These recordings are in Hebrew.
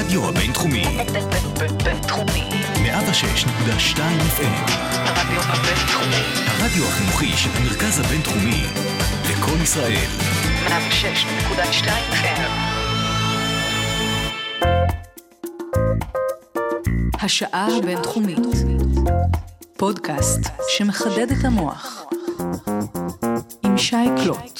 הרדיו הבינתחומי. בינתחומי. 106.2 FM. הרדיו הבינתחומי. הרדיו החינוכי של המרכז הבינתחומי. לכל ישראל. 106.2 FM. השעה הבינתחומית. פודקאסט שמחדד את המוח. עם שי קלוט.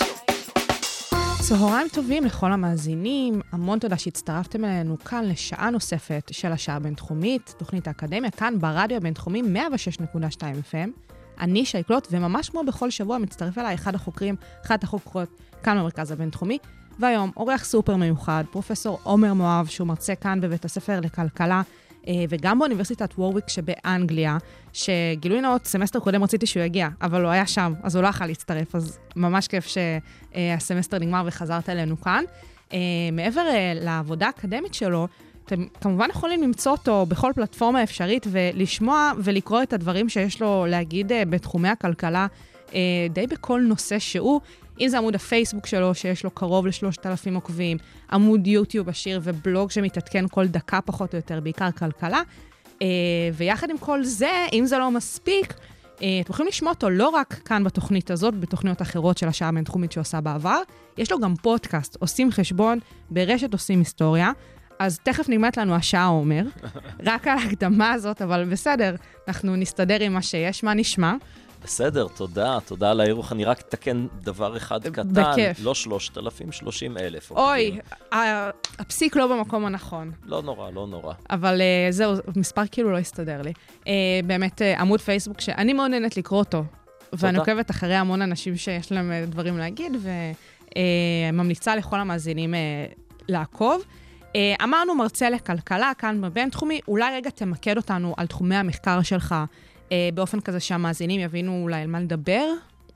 צהריים טובים לכל המאזינים, המון תודה שהצטרפתם אלינו כאן לשעה נוספת של השעה הבינתחומית, תוכנית האקדמיה כאן ברדיו הבינתחומי 106.2 FM. אני שי קלוט, וממש כמו בכל שבוע מצטרף אליי אחת החוקרות כאן במרכז הבינתחומי, והיום אורח סופר מיוחד, פרופסור עומר מואב, שהוא מרצה כאן בבית הספר לכלכלה, וגם באוניברסיטת וורוויק שבאנגליה, שגילוי נאות, סמסטר קודם רציתי שהוא יגיע, אבל הוא היה שם, אז הוא לא יכול להצטרף, אז ממש כיף שהסמסטר נגמר וחזרת אלינו כאן. מעבר לעבודה האקדמית שלו, אתם כמובן יכולים למצוא אותו בכל פלטפורמה אפשרית, ולשמוע ולקרוא את הדברים שיש לו להגיד בתחומי הכלכלה, די בכל נושא שהוא, אם זה עמוד הפייסבוק שלו, שיש לו קרוב ל3,000 עוקבים, עמוד יוטיוב עשיר ובלוג שמתעדכן כל דקה פחות או יותר, בעיקר כלכלה. ויחד עם כל זה, אם זה לא מספיק, אתם יכולים לשמוע אותו לא רק כאן בתוכנית הזאת, בתוכניות אחרות של השעה הבינתחומית שעושה בעבר, יש לו גם פודקאסט, עושים חשבון, ברשת עושים היסטוריה, אז תכף נגמרת לנו השעה עומר, רק על ההקדמה הזאת, אבל בסדר, אנחנו נסתדר עם מה שיש, מה נשמע? בסדר, תודה על האירוח. אני רק אתקן דבר אחד קטן. בכיף. לא 3,000, 30,000. אוי, הפסיק לא במקום הנכון. לא נורא. אבל זהו, מספר כאילו לא הסתדר לי. באמת, עמוד פייסבוק שאני מאוד נהנית לקרוא אותו. ואני עוקבת אחרי המון אנשים שיש להם דברים להגיד, וממליצה לכל המאזינים לעקוב. אמרנו מרצה לכלכלה כאן בבינתחומי, אולי רגע תמקד אותנו על תחומי המחקר שלך, באופן כזה שהמאזינים יבינו אולי על מה לדבר?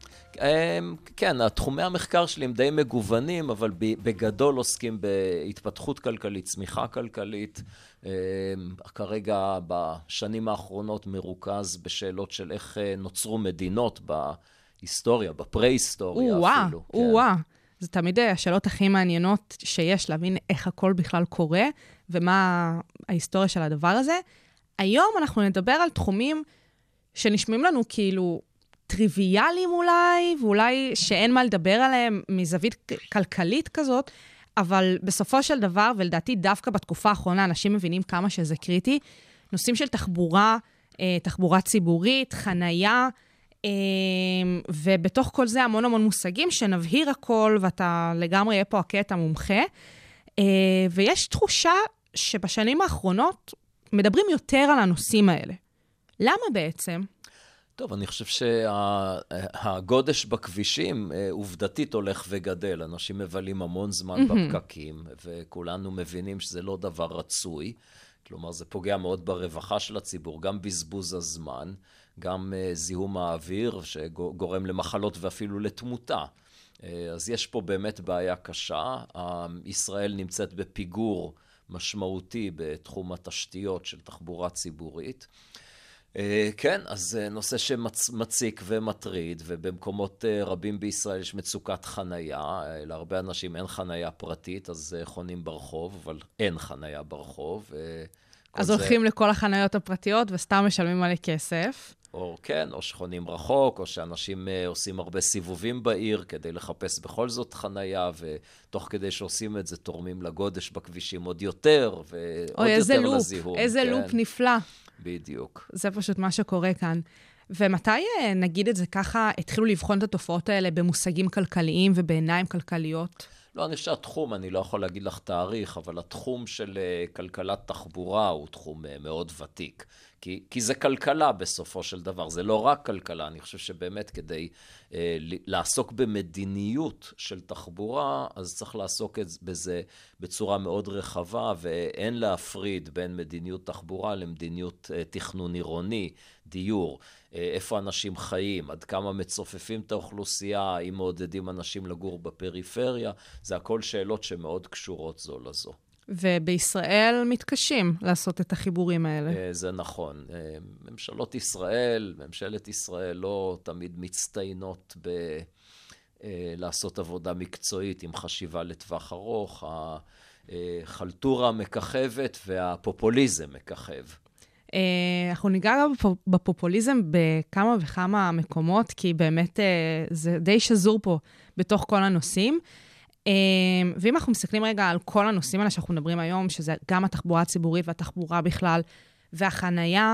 כן, תחומי המחקר שלי הם די מגוונים, אבל בגדול עוסקים בהתפתחות כלכלית, צמיחה כלכלית. כרגע בשנים האחרונות מרוכז בשאלות של איך נוצרו מדינות בהיסטוריה, בפרה-היסטוריה אפילו. זה תמיד השאלות הכי מעניינות שיש, להבין איך הכל בכלל קורה, ומה ההיסטוריה של הדבר הזה. היום אנחנו נדבר על תחומים שנשמעים לנו כאילו טריוויאליים אולי, ואולי שאין מה לדבר עליהם מזווית כלכלית כזאת, אבל בסופו של דבר, ולדעתי דווקא בתקופה האחרונה, אנשים מבינים כמה שזה קריטי, נושאים של תחבורה ציבורית, חנייה, ובתוך כל זה המון מושגים שנבהיר הכל, ואתה לגמרי יהיה פה הקטע מומחה, ויש תחושה שבשנים האחרונות מדברים יותר על הנושאים האלה. למה בעצם? טוב, אני חושב שהגודש בכבישים עובדתית הולך וגדל. אנשים מבלים המון זמן בפקקים, וכולנו מבינים שזה לא דבר רצוי. כלומר, זה פוגע מאוד ברווחה של הציבור, גם בזבוז הזמן, גם זיהום האוויר שגורם למחלות ואפילו לתמותה. אז יש פה באמת בעיה קשה. ישראל נמצאת בפיגור משמעותי בתחום התשתיות של תחבורה ציבורית. כן, אז נושא שמציק ומטריד, ובמקומות רבים בישראל יש מצוקת חנייה. להרבה אנשים אין חנייה פרטית, אז חונים ברחוב, אבל אין חנייה ברחוב. אז הולכים לכל החניות הפרטיות וסתם משלמים מלא כסף. או כן, או שחונים רחוק, או שאנשים עושים הרבה סיבובים בעיר כדי לחפש בכל זאת חנייה, ותוך כדי שעושים את זה תורמים לגודש בכבישים עוד יותר, ועוד יותר לזיהום. איזה לופ נפלא. בדיוק. זה פשוט מה שקורה כאן. ומתי, נגיד את זה ככה, התחילו לבחון את התופעות האלה במושגים כלכליים ובעיניים כלכליות? לא, אני חושב שהתחום, אני לא יכול להגיד לך תאריך, אבל התחום של כלכלת תחבורה הוא תחום מאוד ותיק. כי זה כלכלה בסופו של דבר, זה לא רק כלכלה. אני חושב שבאמת כדי לעסוק במדיניות של תחבורה, אז צריך לעסוק בזה בצורה מאוד רחבה, ואין להפריד בין מדיניות תחבורה למדיניות תכנון עירוני, דיור, איפה אנשים חיים, עד כמה מצופפים את האוכלוסייה, האם מעודדים אנשים לגור בפריפריה, זה הכל שאלות שמאוד קשורות זו לזו. ובישראל מתקשים לעשות את החיבורים האלה. זה נכון. ממשלת ישראל לא תמיד מצטיינות לעשות עבודה מקצועית עם חשיבה לטווח ארוך. החלטורה מככבת והפופוליזם מככב. אנחנו ניגע בפופוליזם בכמה וכמה מקומות, כי באמת זה די שזור פה בתוך כל הנושאים. ואם אנחנו מסתכלים רגע על כל הנושאים האלה שאנחנו מדברים היום, שזה גם התחבורה הציבורית והתחבורה בכלל והחנייה,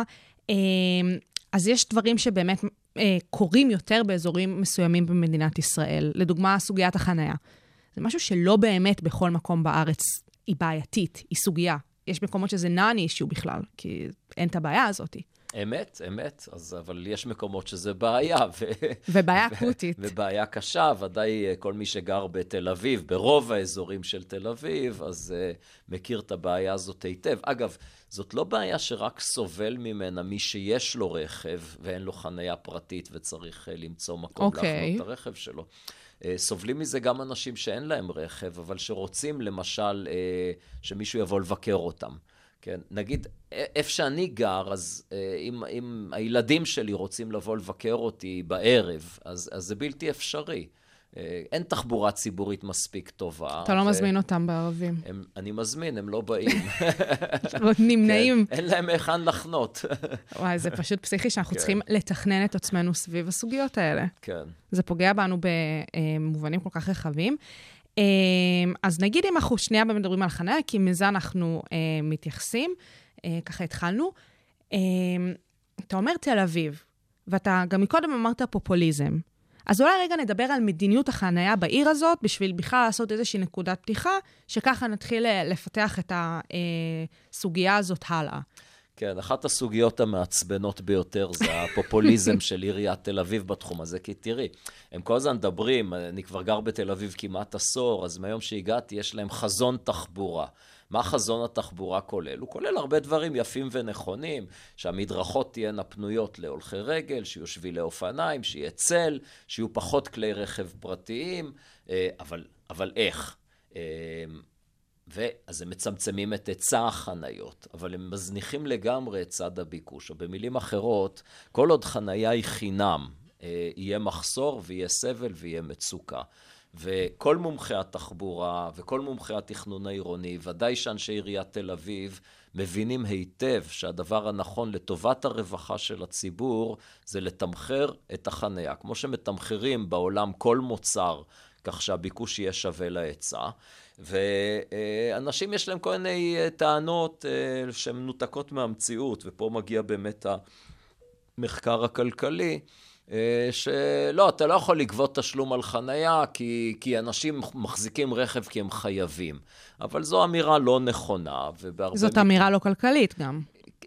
אז יש דברים שבאמת קורים יותר באזורים מסוימים במדינת ישראל. לדוגמה, סוגיית החנייה. זה משהו שלא באמת בכל מקום בארץ היא בעייתית, היא סוגיה. יש מקומות שזה non-issue בכלל, כי אין את הבעיה הזאת. אמת. אבל יש מקומות שזה בעיה. ובעיה אקוטית. ובעיה קשה, ודאי כל מי שגר בתל אביב, ברוב האזורים של תל אביב, אז מכיר את הבעיה הזאת היטב. אגב, זאת לא בעיה שרק סובל ממנה מי שיש לו רכב, ואין לו חנייה פרטית, וצריך למצוא מקום להחנות את הרכב שלו. סובלים מזה גם אנשים שאין להם רכב, אבל שרוצים למשל שמישהו יבוא לבקר אותם. כן, נגיד, איפה שאני גר, אז אם הילדים שלי רוצים לבוא לבקר אותי בערב, אז זה בלתי אפשרי. אין תחבורה ציבורית מספיק טובה. אתה לא מזמין אותם בערבים. אני מזמין, הם לא באים. נמנעים. אין להם היכן לחנות. וואי, זה פשוט פסיכי שאנחנו צריכים לתכנן את עצמנו סביב הסוגיות האלה. כן. זה פוגע בנו במובנים כל כך רחבים. אז נגיד אם אנחנו שנייה מדברים על חניה, כי מזה אנחנו מתייחסים, ככה התחלנו. אתה אומר תל אביב, ואתה גם מקודם אמרת פופוליזם. אז אולי רגע נדבר על מדיניות החניה בעיר הזאת, בשביל בכלל לעשות איזושהי נקודת פתיחה, שככה נתחיל לפתח את הסוגיה הזאת הלאה. כן, אחת הסוגיות המעצבנות ביותר זה הפופוליזם של עיריית תל אביב בתחום הזה, כי תראי, הם כל הזמן מדברים, אני כבר גר בתל אביב כמעט עשור, אז מהיום שהגעתי יש להם חזון תחבורה. מה חזון התחבורה כולל? הוא כולל הרבה דברים יפים ונכונים, שהמדרכות תהיינה פנויות להולכי רגל, שיהיו שבילי אופניים, שיהיה צל, שיהיו פחות כלי רכב פרטיים, אבל איך? ואז הם מצמצמים את היצע החניות, אבל הם מזניחים לגמרי את צד הביקוש, או במילים אחרות, כל עוד חניה היא חינם, יהיה מחסור ויהיה סבל ויהיה מצוקה. וכל מומחי התחבורה וכל מומחי התכנון העירוני, ודאי שאנשי עיריית תל אביב, מבינים היטב שהדבר הנכון לטובת הרווחה של הציבור, זה לתמחר את החניה. כמו שמתמחרים בעולם כל מוצר, כך שהביקוש יהיה שווה להיצע. ואנשים יש להם כל מיני טענות שהן מנותקות מהמציאות, ופה מגיע באמת המחקר הכלכלי, שלא, אתה לא יכול לגבות תשלום על חנייה, כי אנשים מחזיקים רכב כי הם חייבים. אבל זו אמירה לא נכונה. זאת אמירה לא כלכלית גם.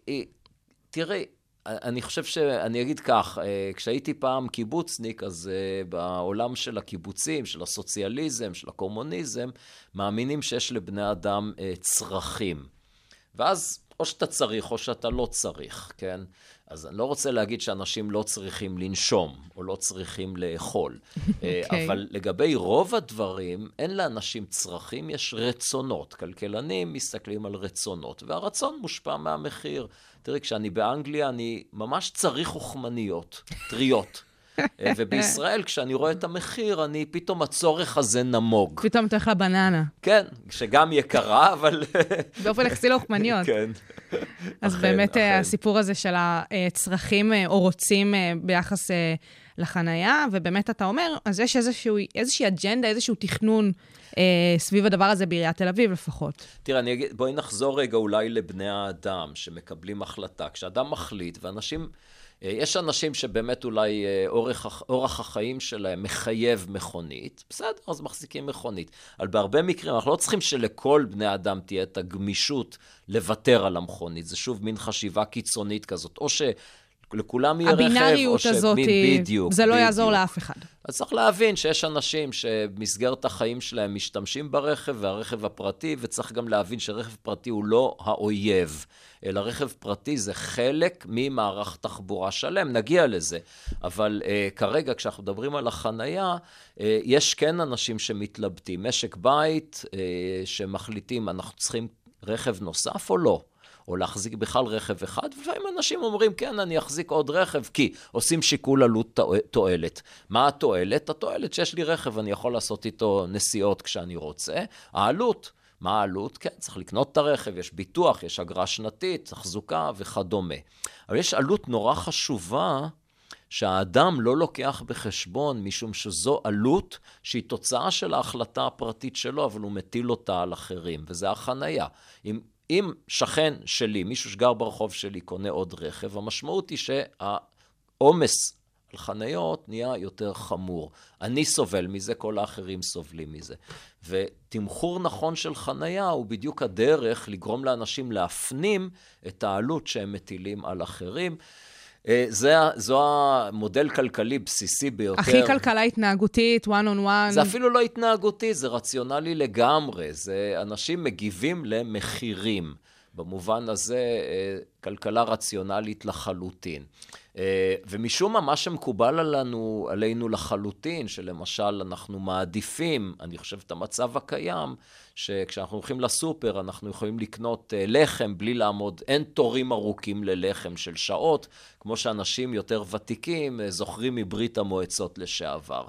תראי, אני חושב שאני אגיד כך, כשהייתי פעם קיבוצניק, אז בעולם של הקיבוצים, של הסוציאליזם, של הקומוניזם, מאמינים שיש לבני אדם צרכים. ואז או שאתה צריך או שאתה לא צריך, כן? אז אני לא רוצה להגיד שאנשים לא צריכים לנשום, או לא צריכים לאכול. אבל לגבי רוב הדברים, אין לאנשים צרכים, יש רצונות. כלכלנים מסתכלים על רצונות, והרצון מושפע מהמחיר. תראי, כשאני באנגליה, אני ממש צריך אוכמניות, טריות. ובישראל, כשאני רואה את המחיר, פתאום הצורך הזה נמוג. פתאום תלך לבננה. כן, שגם יקרה, אבל... באופן יחסי לאוכמניות. כן. אז באמת הסיפור הזה של הצרכים או רוצים ביחס לחנייה, ובאמת אתה אומר, אז יש איזושהי אג'נדה, איזשהו תכנון סביב הדבר הזה בעיריית תל אביב לפחות. תראה, בואי נחזור רגע אולי לבני האדם שמקבלים החלטה. כשאדם מחליט, ואנשים... יש אנשים שבאמת אולי אורח החיים שלהם מחייב מכונית, בסדר, אז מחזיקים מכונית. אבל בהרבה מקרים אנחנו לא צריכים שלכל בני אדם תהיה את הגמישות לוותר על המכונית. זה שוב מין חשיבה קיצונית כזאת, או שלכולם יהיה רכב, הבינאריות הזאת, בדיוק, זה לא יעזור לאף אחד. אז צריך להבין שיש אנשים שבמסגרת החיים שלהם משתמשים ברכב והרכב הפרטי, וצריך גם להבין שרכב פרטי הוא לא האויב, אלא רכב פרטי זה חלק ממערך תחבורה שלם, נגיע לזה. אבל כרגע כשאנחנו מדברים על החנייה, יש כן אנשים שמתלבטים, משק בית שמחליטים אנחנו צריכים רכב נוסף או לא. או להחזיק בכלל רכב אחד, ולפעמים אנשים אומרים, כן, אני אחזיק עוד רכב, כי עושים שיקול עלות תועלת. מה התועלת? התועלת שיש לי רכב, אני יכול לעשות איתו נסיעות כשאני רוצה. העלות, מה העלות? כן, צריך לקנות את הרכב, יש ביטוח, יש אגרה שנתית, תחזוקה וכדומה. אבל יש עלות נורא חשובה, שהאדם לא לוקח בחשבון, משום שזו עלות שהיא תוצאה של ההחלטה הפרטית שלו, אבל הוא מטיל אותה על אחרים, וזה החנייה. אם שכן שלי, מישהו שגר ברחוב שלי, קונה עוד רכב, המשמעות היא שהעומס על חניות נהיה יותר חמור. אני סובל מזה, כל האחרים סובלים מזה. ותמחור נכון של חניה הוא בדיוק הדרך לגרום לאנשים את העלות שהם מטילים על אחרים. זו המודל כלכלי בסיסי ביותר. הכי כלכלה התנהגותית, one on one. זה אפילו לא התנהגותי, זה רציונלי לגמרי. זה אנשים מגיבים למחירים. במובן הזה, כלכלה רציונלית לחלוטין. ומשום מה שמקובל עלינו לחלוטין, שלמשל אנחנו מעדיפים, אני חושב את המצב הקיים, שכשאנחנו הולכים לסופר, אנחנו יכולים לקנות לחם בלי לעמוד, אין תורים ארוכים ללחם של שעות, כמו שאנשים יותר ותיקים זוכרים מברית המועצות לשעבר.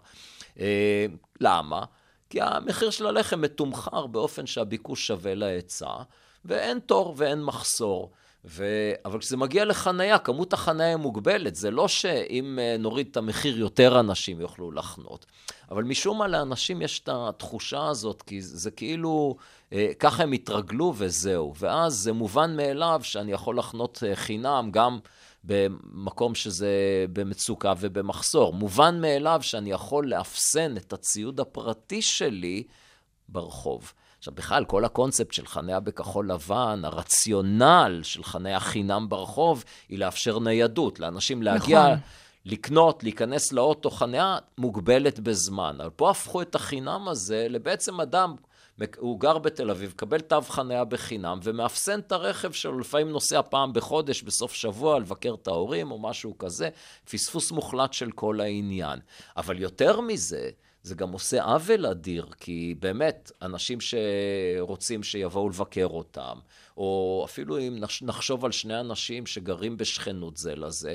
למה? כי המחיר של הלחם מתומחר באופן שהביקוש שווה להיצע, ואין תור ואין מחסור. אבל כשזה מגיע לחנייה, כמות החנייה מוגבלת. זה לא שאם נוריד את המחיר, יותר אנשים יוכלו לחנות. אבל משום מה לאנשים יש את התחושה הזאת, כי זה כאילו, ככה הם התרגלו וזהו. ואז זה מובן מאליו שאני יכול לחנות חינם גם במקום שזה במצוקה ובמחסור. מובן מאליו שאני יכול לאפסן את הציוד הפרטי שלי ברחוב. עכשיו, בכלל, כל הקונספט של חניה בכחול לבן, הרציונל של חניה חינם ברחוב, היא לאפשר ניידות, לאנשים להגיע, נכון. לקנות, להיכנס לאוטו, חניה מוגבלת בזמן. אבל פה הפכו את החינם הזה לבעצם אדם, הוא גר בתל אביב, קבל תו חניה בחינם, ומאפסן את הרכב שלו, לפעמים נוסע פעם בחודש, בסוף שבוע, לבקר את ההורים או משהו כזה, פספוס מוחלט של כל העניין. אבל יותר מזה, זה גם עושה עוול אדיר, כי באמת אנשים שרוצים שיבואו לבקר אותם, או אפילו אם נחשוב על שני אנשים שגרים בשכנות זה לזה,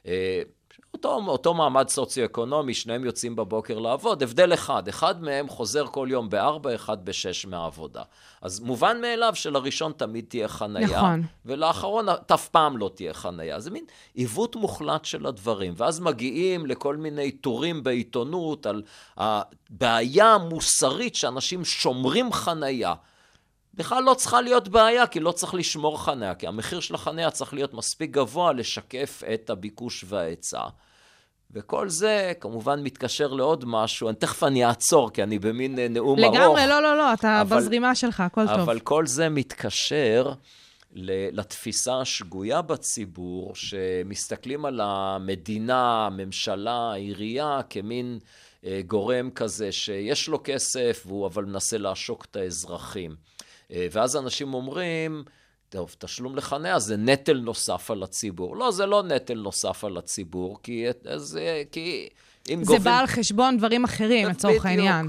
אותו מעמד סוציו-אקונומי, שניהם יוצאים בבוקר לעבוד, הבדל אחד מהם חוזר כל יום ב-4, אחד ב-6 מהעבודה. אז מובן מאליו שלראשון תמיד תהיה חנייה, נכון. ולאחרון אף פעם לא תהיה חנייה. זה מין עיוות מוחלט של הדברים, ואז מגיעים לכל מיני טורים בעיתונות על הבעיה המוסרית שאנשים שומרים חנייה. בכלל לא צריכה להיות בעיה, כי לא צריך לשמור חניה, כי המחיר של החניה צריך להיות מספיק גבוה לשקף את הביקוש וההיצע. וכל זה כמובן מתקשר לעוד משהו, תכף אני אעצור, כי אני במין נאום ארוך. לגמרי, לא, אתה בזרימה שלך, הכל טוב. אבל כל זה מתקשר לתפיסה השגויה בציבור, שמסתכלים על המדינה, הממשלה, העירייה, כמין גורם כזה שיש לו כסף, והוא אבל מנסה לעשוק את האזרחים. ואז אנשים אומרים, טוב, תשלום לחניה זה נטל נוסף על הציבור. לא, זה לא נטל נוסף על הציבור, כי אם זה בא על חשבון דברים אחרים, לצורך העניין.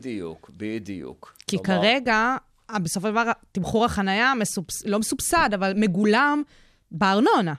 בדיוק. כי כרגע, בסופו של דבר, תמחור החניה לא מסובסד, אבל מגולם בארנונה.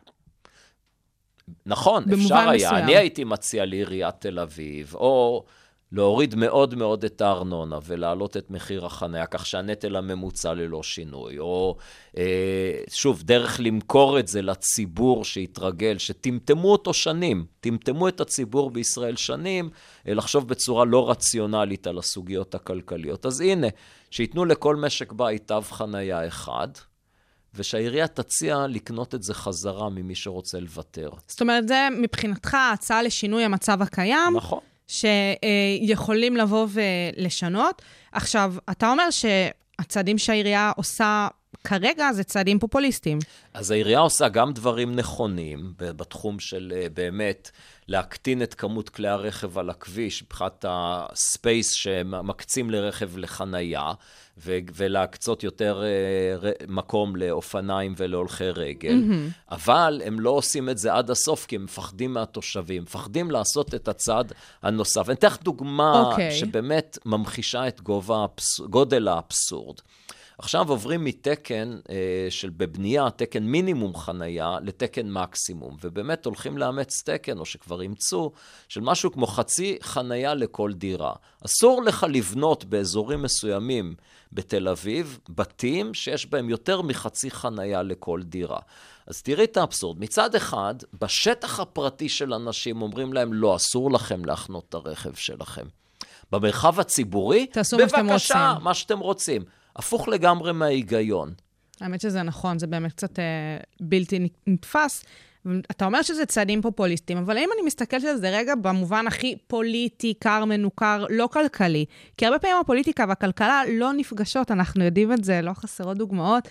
נכון, אפשר היה. אני הייתי מציע לעיריית תל אביב, או להוריד מאוד מאוד את הארנונה ולהעלות את מחיר החניה, כך שהנטל הממוצע ללא שינוי, או שוב, דרך למכור את זה לציבור שהתרגל, שתמתמו אותו שנים, תמתמו את הציבור בישראל שנים, לחשוב בצורה לא רציונלית על הסוגיות הכלכליות. אז הנה, שיתנו לכל משק בית תו חניה אחד, ושהעירייה תציע לקנות את זה חזרה ממי שרוצה לוותר. זאת אומרת, זה מבחינתך הצעה לשינוי המצב הקיים, נכון. שיכולים לבוא ולשנות. עכשיו, אתה אומר שהצעדים שהעירייה עושה כרגע זה צעדים פופוליסטיים. אז העירייה עושה גם דברים נכונים בתחום של באמת להקטין את כמות כלי הרכב על הכביש, מבחינת הספייס שמקצים לרכב לחנייה, ולהקצות יותר מקום לאופניים ולהולכי רגל. אבל הם לא עושים את זה עד הסוף, כי הם מפחדים מהתושבים, מפחדים לעשות את הצעד הנוסף. אני אתן לך דוגמה שבאמת ממחישה את גודל האבסורד. עכשיו עוברים מתקן של בבנייה, תקן מינימום חנייה, לתקן מקסימום, ובאמת הולכים לאמץ תקן, או שכבר ימצאו, של משהו כמו חצי חנייה לכל דירה. אסור לך לבנות באזורים מסוימים בתל אביב, בתים שיש בהם יותר מחצי חנייה לכל דירה. אז תראי את האבסורד. מצד אחד, בשטח הפרטי של אנשים אומרים להם, לא, אסור לכם להחנות את הרכב שלכם. במרחב הציבורי, בבקשה, מה שאתם רוצים. הפוך לגמרי מההיגיון. האמת שזה נכון, זה באמת קצת בלתי נתפס. אתה אומר שזה צעדים פופוליסטיים, אבל אם אני מסתכלת על זה רגע במובן הכי פוליטי, קר, מנוכר, לא כלכלי, כי הרבה פעמים הפוליטיקה והכלכלה לא נפגשות, אנחנו יודעים את זה, לא חסרות דוגמאות,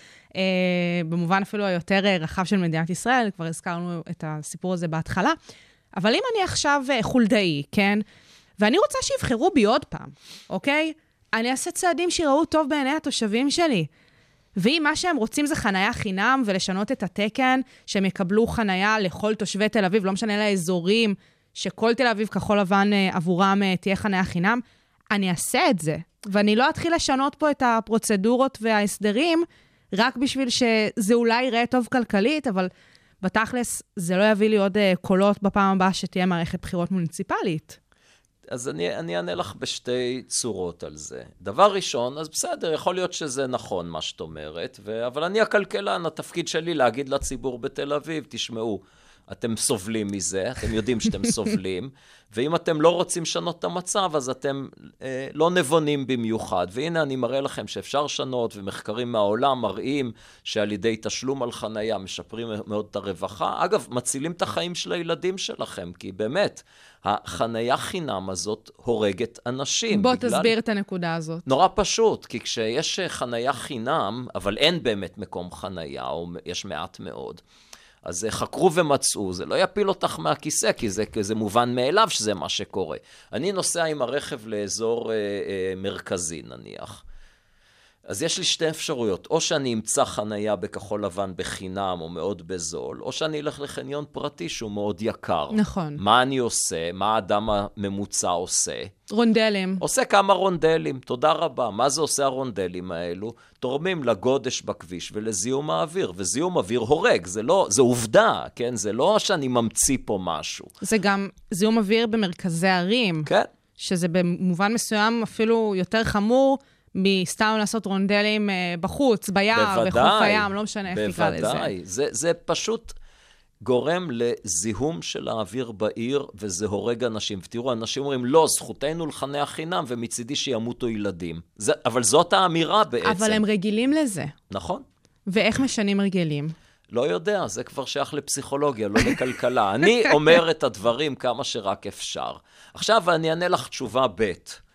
במובן אפילו היותר רחב של מדינת ישראל, כבר הזכרנו את הסיפור הזה בהתחלה, אבל אם אני עכשיו חולדאי, כן? ואני רוצה שיבחרו בי עוד פעם, אוקיי? אני אעשה צעדים שיראו טוב בעיני התושבים שלי. ואם מה שהם רוצים זה חנייה חינם ולשנות את התקן, שהם יקבלו חנייה לכל תושבי תל אביב, לא משנה לאזורים, שכל תל אביב כחול לבן עבורם תהיה חנייה חינם, אני אעשה את זה. ואני לא אתחיל לשנות פה את הפרוצדורות וההסדרים, רק בשביל שזה אולי יראה טוב כלכלית, אבל בתכלס זה לא יביא לי עוד קולות בפעם הבאה שתהיה מערכת בחירות מוניציפלית. אז אני אענה לך בשתי צורות על זה. דבר ראשון, אז בסדר, יכול להיות שזה נכון מה שאת אומרת, אבל אני הכלכלן, התפקיד שלי להגיד לציבור בתל אביב, תשמעו, אתם סובלים מזה, אתם יודעים שאתם סובלים, ואם אתם לא רוצים לשנות את המצב, אז אתם לא נבונים במיוחד. והנה אני מראה לכם שאפשר לשנות, ומחקרים מהעולם מראים שעל ידי תשלום על חנייה משפרים מאוד את הרווחה. אגב, מצילים את החיים של הילדים שלכם, כי באמת, החנייה חינם הזאת הורגת אנשים. בוא תסביר את הנקודה הזאת. נורא פשוט, כי כשיש חנייה חינם, אבל אין באמת מקום חנייה, או יש מעט מאוד, אז חקרו ומצאו, זה לא יפיל אותך מהכיסא, כי זה מובן מאליו שזה מה שקורה. אני נוסע עם הרכב לאזור מרכזי נניח. אז יש לי שתי אפשרויות, או שאני אמצא חנייה בכחול לבן בחינם או מאוד בזול, או שאני אלך לחניון פרטי שהוא מאוד יקר. נכון. מה אני עושה? מה האדם הממוצע עושה? רונדלים. עושה כמה רונדלים, תודה רבה. מה זה עושה הרונדלים האלו? תורמים לגודש בכביש ולזיהום האוויר, וזיהום אוויר הורג, זה עובדה, כן? זה לא שאני ממציא פה משהו. זה גם זיהום אוויר במרכזי ערים. כן. שזה במובן מסוים אפילו יותר חמור, מסתם לעשות רונדלים בחוץ, ביער, בחוף הים, לא משנה איך תקרא לזה. בוודאי, זה פשוט גורם לזיהום של האוויר בעיר, וזה הורג אנשים. ותראו, אנשים אומרים, לא, זכותנו לחניה חינם, ומצידי שימותו ילדים. אבל זאת האמירה בעצם. אבל הם רגילים לזה. נכון. ואיך משנים רגילים? לא יודע, זה כבר שייך לפסיכולוגיה, לא לכלכלה. אני אומר את הדברים כמה שרק אפשר. עכשיו אני אענה לך תשובה ב'.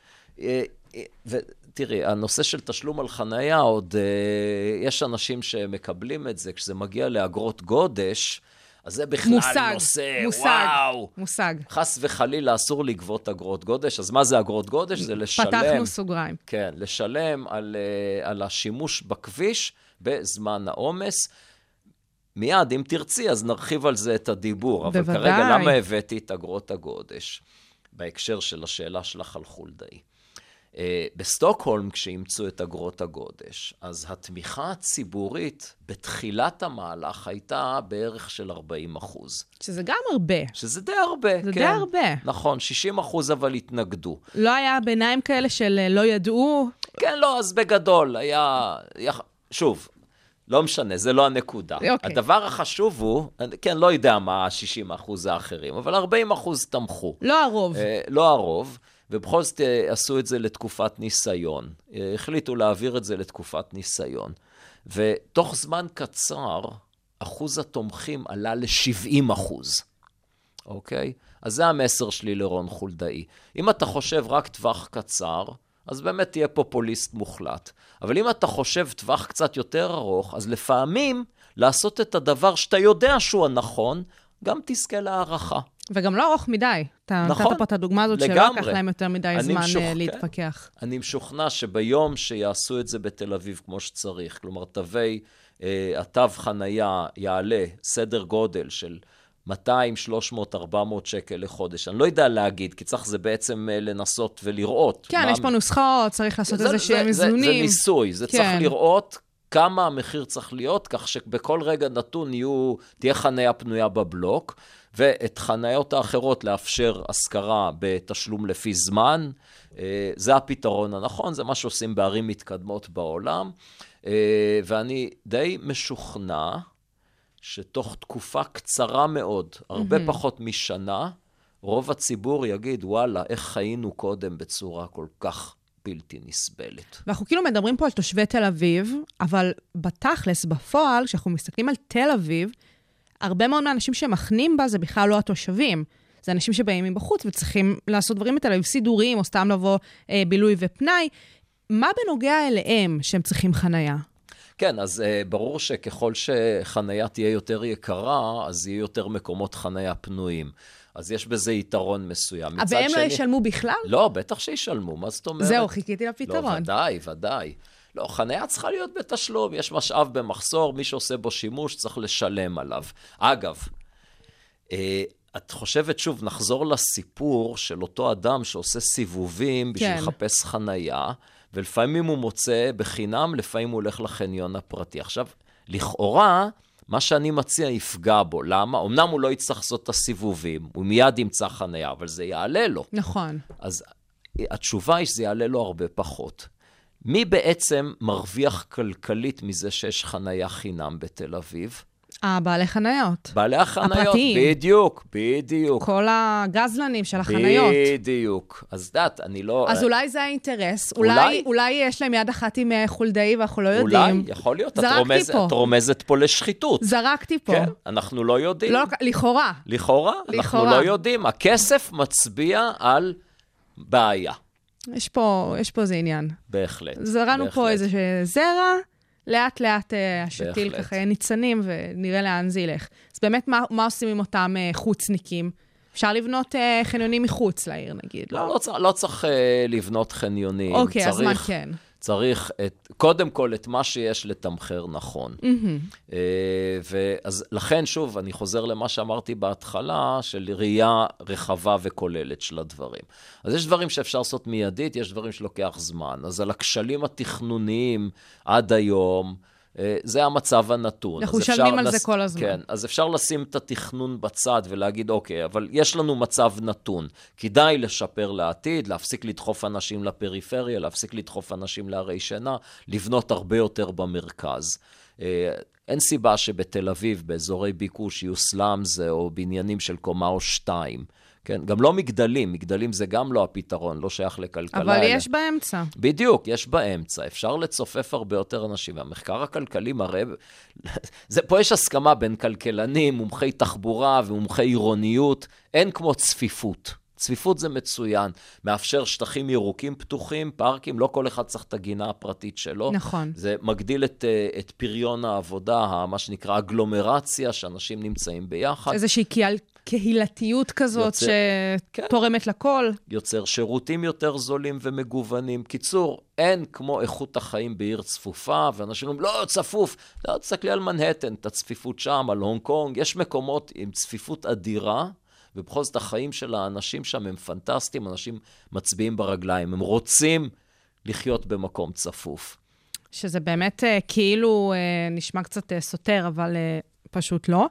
תראי, הנושא של תשלום על חנייה, עוד יש אנשים שמקבלים את זה, כשזה מגיע לאגרות גודש, אז זה בכלל נושא, וואו. מושג. חס וחלילה אסור לגבות אגרות גודש, אז מה זה אגרות גודש? זה לשלם. פתחנו סוגריים. כן, לשלם על השימוש בכביש בזמן העומס. מיד, אם תרצי, אז נרחיב על זה את הדיבור. אבל בוודאי. כרגע, למה הבאתי את אגרות הגודש? בהקשר של השאלה שלך על חולדאי. בסטוקהולם, כשאימצו את אגרות הגודש, אז התמיכה הציבורית בתחילת המהלך הייתה בערך של 40%. שזה גם הרבה. שזה די הרבה, זה כן. די הרבה. נכון, 60% אבל התנגדו. לא היה ביניים כאלה של לא ידעו? כן, לא, אז בגדול היה שוב, לא משנה, זה לא הנקודה. אוקיי. הדבר החשוב הוא, כן, לא יודע מה ה-60% האחרים, אבל 40% תמכו. לא הרוב. לא הרוב. ובכל זאת עשו את זה לתקופת ניסיון. החליטו להעביר את זה לתקופת ניסיון. ותוך זמן קצר, אחוז התומכים עלה ל-70%. אוקיי? אז זה המסר שלי לרון חולדאי. אם אתה חושב רק טווח קצר, אז באמת תהיה פופוליסט מוחלט. אבל אם אתה חושב טווח קצת יותר ארוך, אז לפעמים לעשות את הדבר שאתה יודע שהוא הנכון, גם תזכה להערכה. וגם לא ארוך מדי. אתה נכון, נתת פה את הדוגמה הזאת שלא לקח להם יותר מדי זמן להתפכח. אני משוכנע שביום שיעשו את זה בתל אביב כמו שצריך, כלומר תווי התו חנייה יעלה סדר גודל של 200, 300, 400 שקל לחודש. אני לא יודע להגיד, כי צריך זה בעצם לנסות ולראות. כן, יש פה נוסחאות, צריך לעשות איזה שהם איזונים. זה ניסוי, זה צריך לראות כמה המחיר צריך להיות, כך שבכל רגע נתון תהיה חניה פנויה בבלוק, ואת חניות האחרות לאפשר השכרה בתשלום לפי זמן. זה הפתרון הנכון, זה מה שעושים בערים מתקדמות בעולם, ואני די משוכנע שתוך תקופה קצרה מאוד, הרבה פחות משנה, רוב הציבור יגיד, וואלה, איך חיינו קודם בצורה כל כך בלתי נסבלת. ואנחנו כאילו מדברים פה על תושבי תל אביב, אבל בתכלס, בפועל, כשאנחנו מסתכלים על תל אביב, הרבה מאוד מהאנשים שמחנים בה זה בכלל לא התושבים. זה אנשים שבאים מבחוץ וצריכים לעשות דברים בתל אביב, סידורים, או סתם לבוא בילוי ופנאי. מה בנוגע אליהם שהם צריכים חנייה? כן, אז ברור שככל שחנייה תהיה יותר יקרה, אז יהיו יותר מקומות חנייה פנויים. אז יש בזה יתרון מסוים. אבל הם לא ישלמו בכלל? לא, בטח שישלמו, מה זאת אומרת? זהו, חיכיתי לפתרון. לא, ודאי, ודאי. לא, חנייה צריכה להיות בתשלום, יש משאב במחסור, מי שעושה בו שימוש צריך לשלם עליו. אגב, את חושבת שוב, נחזור לסיפור של אותו אדם שעושה סיבובים בשביל לחפש חנייה, ולפעמים הוא מוצא בחינם, לפעמים הוא הולך לחניון הפרטי. עכשיו, לכאורה, מה שאני מציע יפגע בו. למה? אמנם הוא לא יצטרך לעשות את הסיבובים, הוא מיד ימצא חנייה, אבל זה יעלה לו. נכון. אז התשובה היא שזה יעלה לו הרבה פחות. מי בעצם מרוויח כלכלית מזה שיש חנייה חינם בתל אביב? בעלי חניות. בעלי החניות, הפרטיים. בדיוק, בדיוק. כל הגזלנים של החניות. בדיוק. אז דעת, אני לא... אז אולי זה האינטרס. אולי יש להם יד אחת עם חולדאי ואנחנו לא יודעים. אולי, יכול להיות. זרקתי פה. את רומזת פה לשחיתות. זרקתי פה. כן, אנחנו לא יודעים. לא, לכאורה. לכאורה, אנחנו לא יודעים. הכסף מצביע על בעיה. יש פה איזה עניין. בהחלט. זרענו פה איזה זרע, לאט לאט השתיל ככה ניצנים, ונראה לאן זה ילך. אז באמת, מה עושים עם אותם חוצניקים? אפשר לבנות חניונים מחוץ לעיר, נגיד, לא? לא צריך לבנות חניונים. אוקיי, אז מה כן? צריך קודם כל את מה שיש לתמחר נכון. אז לכן, שוב, אני חוזר למה שאמרתי בהתחלה, של ראייה רחבה וכוללת של הדברים. אז יש דברים שאפשר לעשות מיידית, יש דברים שלוקח זמן. אז על הכשלים התכנוניים עד היום, זה המצב הנתון. אנחנו משלמים על זה כל הזמן. כן, אז אפשר לשים את התכנון בצד ולהגיד, אוקיי, אבל יש לנו מצב נתון. כדאי לשפר לעתיד, להפסיק לדחוף אנשים לפריפריה, להפסיק לדחוף אנשים לערי שינה, לבנות הרבה יותר במרכז. אין סיבה שבתל אביב, באזורי ביקוש, יהיו סלאמס או בניינים של קומה או 2. כן, גם לא מגדלים, מגדלים זה גם לא הפתרון, לא שייך לכלכלה. אבל יש באמצע. בדיוק, יש באמצע. אפשר לצופף הרבה יותר אנשים. והמחקר הכלכלי מראה, פה יש הסכמה בין כלכלנים, מומחי תחבורה ומומחי עירוניות, אין כמו צפיפות. צפיפות זה מצוין, מאפשר שטחים ירוקים פתוחים, פארקים, לא כל אחד צריך את הגינה הפרטית שלו. נכון. זה מגדיל את פריון העבודה, מה שנקרא אגלומרציה, שאנשים נמצאים ביחד. איזושהי קהילתיות כזאת שתורמת לכל. יוצר שירותים יותר זולים ומגוונים. קיצור, אין כמו איכות החיים בעיר צפופה, ואנשים אומרים, לא, צפוף. לא, תסתכלי על מנהטן, את הצפיפות שם, על הונג קונג. יש מקומות עם צפיפות אדירה, ובכל זאת החיים של האנשים שם הם פנטסטיים, אנשים מצביעים ברגליים, הם רוצים לחיות במקום צפוף. שזה באמת כאילו נשמע קצת סותר, אבל פשוט לא.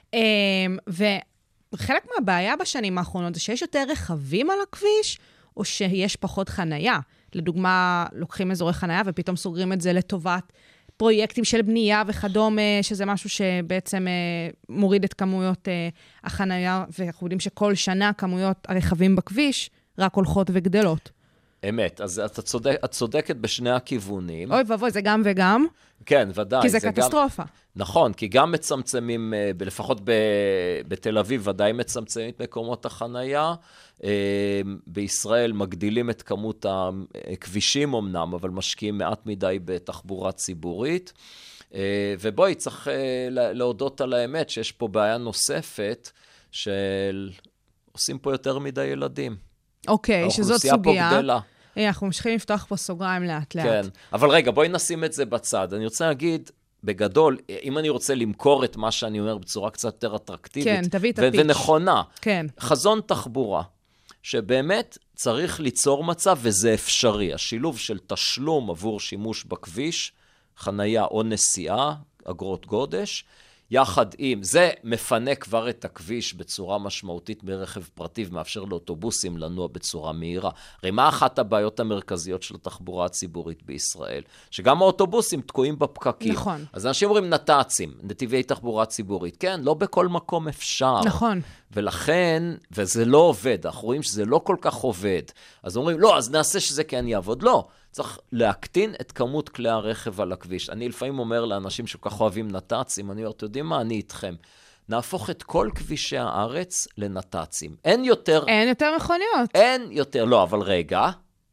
וחלק מהבעיה בשנים האחרונות זה שיש יותר רכבים על הכביש, או שיש פחות חנייה. לדוגמה, לוקחים אזורי חנייה ופתאום סוגרים את זה לטובת פרויקטים של בנייה וכדומה, שזה משהו שבעצם מוריד את כמויות החנייה, ואנחנו יודעים שכל שנה כמויות הרכבים בכביש רק הולכות וגדלות. אמת, אז את צודקת בשני הכיוונים. אוי ובוי, זה גם וגם. כן, ודאי. כי זה קטסטרופה. נכון, כי גם מצמצמים, לפחות בתל אביב, ודאי מצמצמים את מקומות החנייה. בישראל מגדילים את כמות הכבישים אמנם, אבל משקיעים מעט מדי בתחבורה ציבורית. ובואי, צריך להודות על האמת שיש פה בעיה נוספת של עושים פה יותר מדי ילדים. אוקיי, שזאת סוגיה. האוכלוסייה פה גדלה. אנחנו ממשיכים לפתוח פה סוגריים לאט לאט. כן, אבל רגע, בואי נשים את זה בצד. אני רוצה להגיד, בגדול, אם אני רוצה למכור את מה שאני אומר בצורה קצת יותר אטרקטיבית, כן, תביא את הפיץ'. ונכונה, כן. חזון תחבורה, שבאמת צריך ליצור מצב, וזה אפשרי, השילוב של תשלום עבור שימוש בכביש, חנייה או נסיעה, אגרות גודש, יחד עם, זה מפנה כבר את הכביש בצורה משמעותית מרכב פרטי, ומאפשר לאוטובוסים לנוע בצורה מהירה. הרי מה אחת הבעיות המרכזיות של התחבורה הציבורית בישראל? שגם האוטובוסים תקועים בפקקים. נכון. אז אנשים אומרים נת"צים, נתיבי תחבורה ציבורית. כן, לא בכל מקום אפשר. נכון. ולכן, וזה לא עובד, אנחנו רואים שזה לא כל כך עובד. אז אומרים, לא, אז נעשה שזה כן יעבוד. לא, צריך להקטין את כמות כלי הרכב על הכביש. אני לפעמים אומר לאנשים שכל כך אוהבים נת"צים, אני אומר, אתם יודעים מה, אני איתכם. נהפוך את כל כבישי הארץ לנת"צים. אין יותר מכוניות. אין יותר, לא, אבל רגע,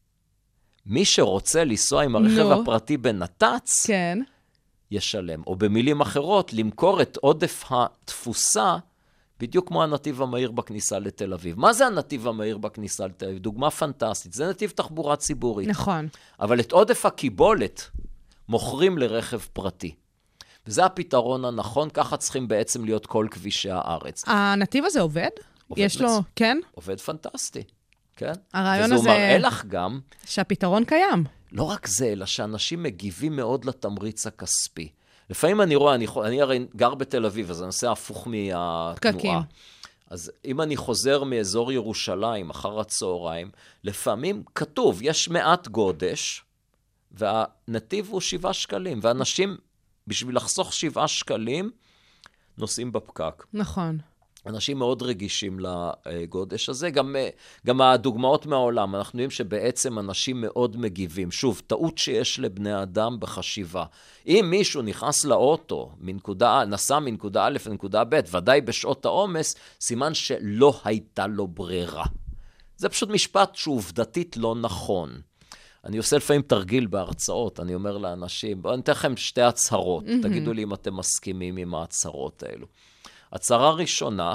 מי שרוצה לנסוע עם הרכב הפרטי בנת"צ, כן. ישלם. או במילים אחרות, למכור את עודף התפוסה, בדיוק כמו הנתיב המהיר בכניסה לתל אביב. מה זה הנתיב המהיר בכניסה לתל אביב? דוגמה פנטסטית. זה נתיב תחבורה ציבורית. נכון. אבל את עודף הקיבולת מוכרים לרכב פרטי. וזה הפתרון הנכון, ככה צריכים בעצם להיות כל כבישי הארץ. הנתיב הזה עובד? יש לו, כן? עובד פנטסטי, כן? הרעיון הזה... וזה מראה לך גם... שהפתרון קיים. לא רק זה, אלא שאנשים מגיבים מאוד לתמריץ הכספי. לפעמים אני רואה, אני הרי גר בתל אביב, אז אני עושה הפוך מהתנועה. פקקים. אז אם אני חוזר מאזור ירושלים, אחר הצהריים, לפעמים כתוב, יש מעט גודש, והנתיב הוא 7 שקלים, ואנשים, בשביל לחסוך 7 שקלים, נוסעים בפקק. נכון. אנשים מאוד רגישים לגודש הזה, גם הדוגמאות מהעולם, אנחנו יודעים שבעצם אנשים מאוד מגיבים. שוב, טעות שיש לבני אדם בחשיבה. אם מישהו נכנס לאוטו, נסע מנקודה א' לנקודה ב', ודאי בשעות העומס, סימן שלא הייתה לו ברירה. זה פשוט משפט שהוא עובדתית לא נכון. אני עושה לפעמים תרגיל בהרצאות, אני אומר לאנשים, בואו ניתן לכם 2 הצהרות, תגידו לי אם אתם מסכימים עם ההצהרות האלו. הצהרה ראשונה,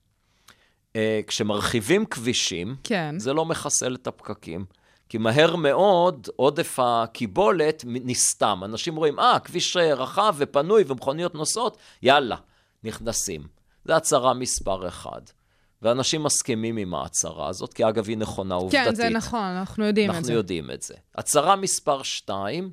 כשמרחיבים כבישים, כן. זה לא מחסל את הפקקים. כי מהר מאוד, עודף הקיבולת נסתם. אנשים רואים, כביש רחב ופנוי ומכוניות נוסעות, יאללה, נכנסים. זה הצהרה מספר 1. ואנשים מסכימים עם ההצהרה הזאת, כי אגב היא נכונה עובדתית. כן, זה נכון, אנחנו יודעים את זה. אנחנו יודעים את זה. הצהרה מספר 2,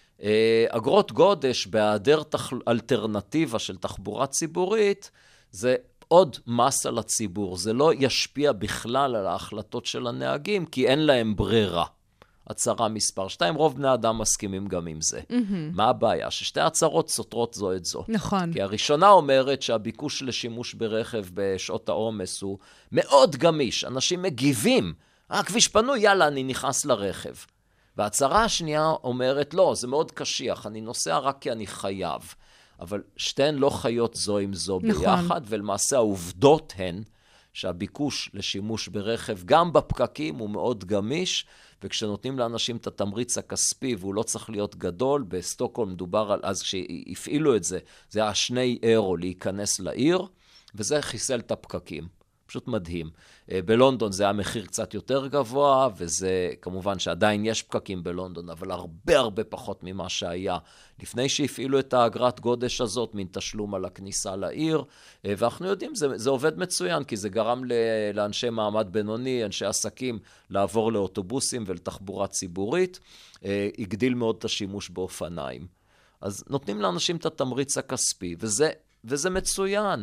אגרות גודש בהיעדר אלטרנטיבה של תחבורה ציבורית, זה עוד מס על הציבור. זה לא ישפיע בכלל על ההחלטות של הנהגים, כי אין להם ברירה. הצהרה מספר 2, רוב בני אדם מסכימים גם עם זה. מה הבעיה? ששתי הצהרות סותרות זו את זו. נכון. כי הראשונה אומרת שהביקוש לשימוש ברכב בשעות העומס הוא מאוד גמיש. אנשים מגיבים. כביש פנוי, יאללה, אני נכנס לרכב. וההצהרה השנייה אומרת, לא, זה מאוד קשיח, אני נוסע רק כי אני חייב. אבל שתיהן לא חיות זו עם זו ביחד, ולמעשה העובדות הן שהביקוש לשימוש ברכב, גם בפקקים, הוא מאוד גמיש, וכשנותנים לאנשים את התמריץ הכספי, והוא לא צריך להיות גדול, בסטוקהולם מדובר על, אז כשהפעילו את זה, זה היה 2 אירו להיכנס לעיר, וזה חיסל את הפקקים. פשוט מדהים. בלונדון זה היה מחיר קצת יותר גבוה, וזה כמובן שעדיין יש פקקים בלונדון, אבל הרבה הרבה פחות ממה שהיה לפני שהפעילו את האגרת גודש הזאת, מן תשלום על הכניסה לעיר, ואנחנו יודעים, זה עובד מצוין, כי זה גרם לאנשי מעמד בינוני, אנשי עסקים, לעבור לאוטובוסים ולתחבורה ציבורית, הגדיל מאוד את השימוש באופניים. אז נותנים לאנשים את התמריץ הכספי, וזה מצוין.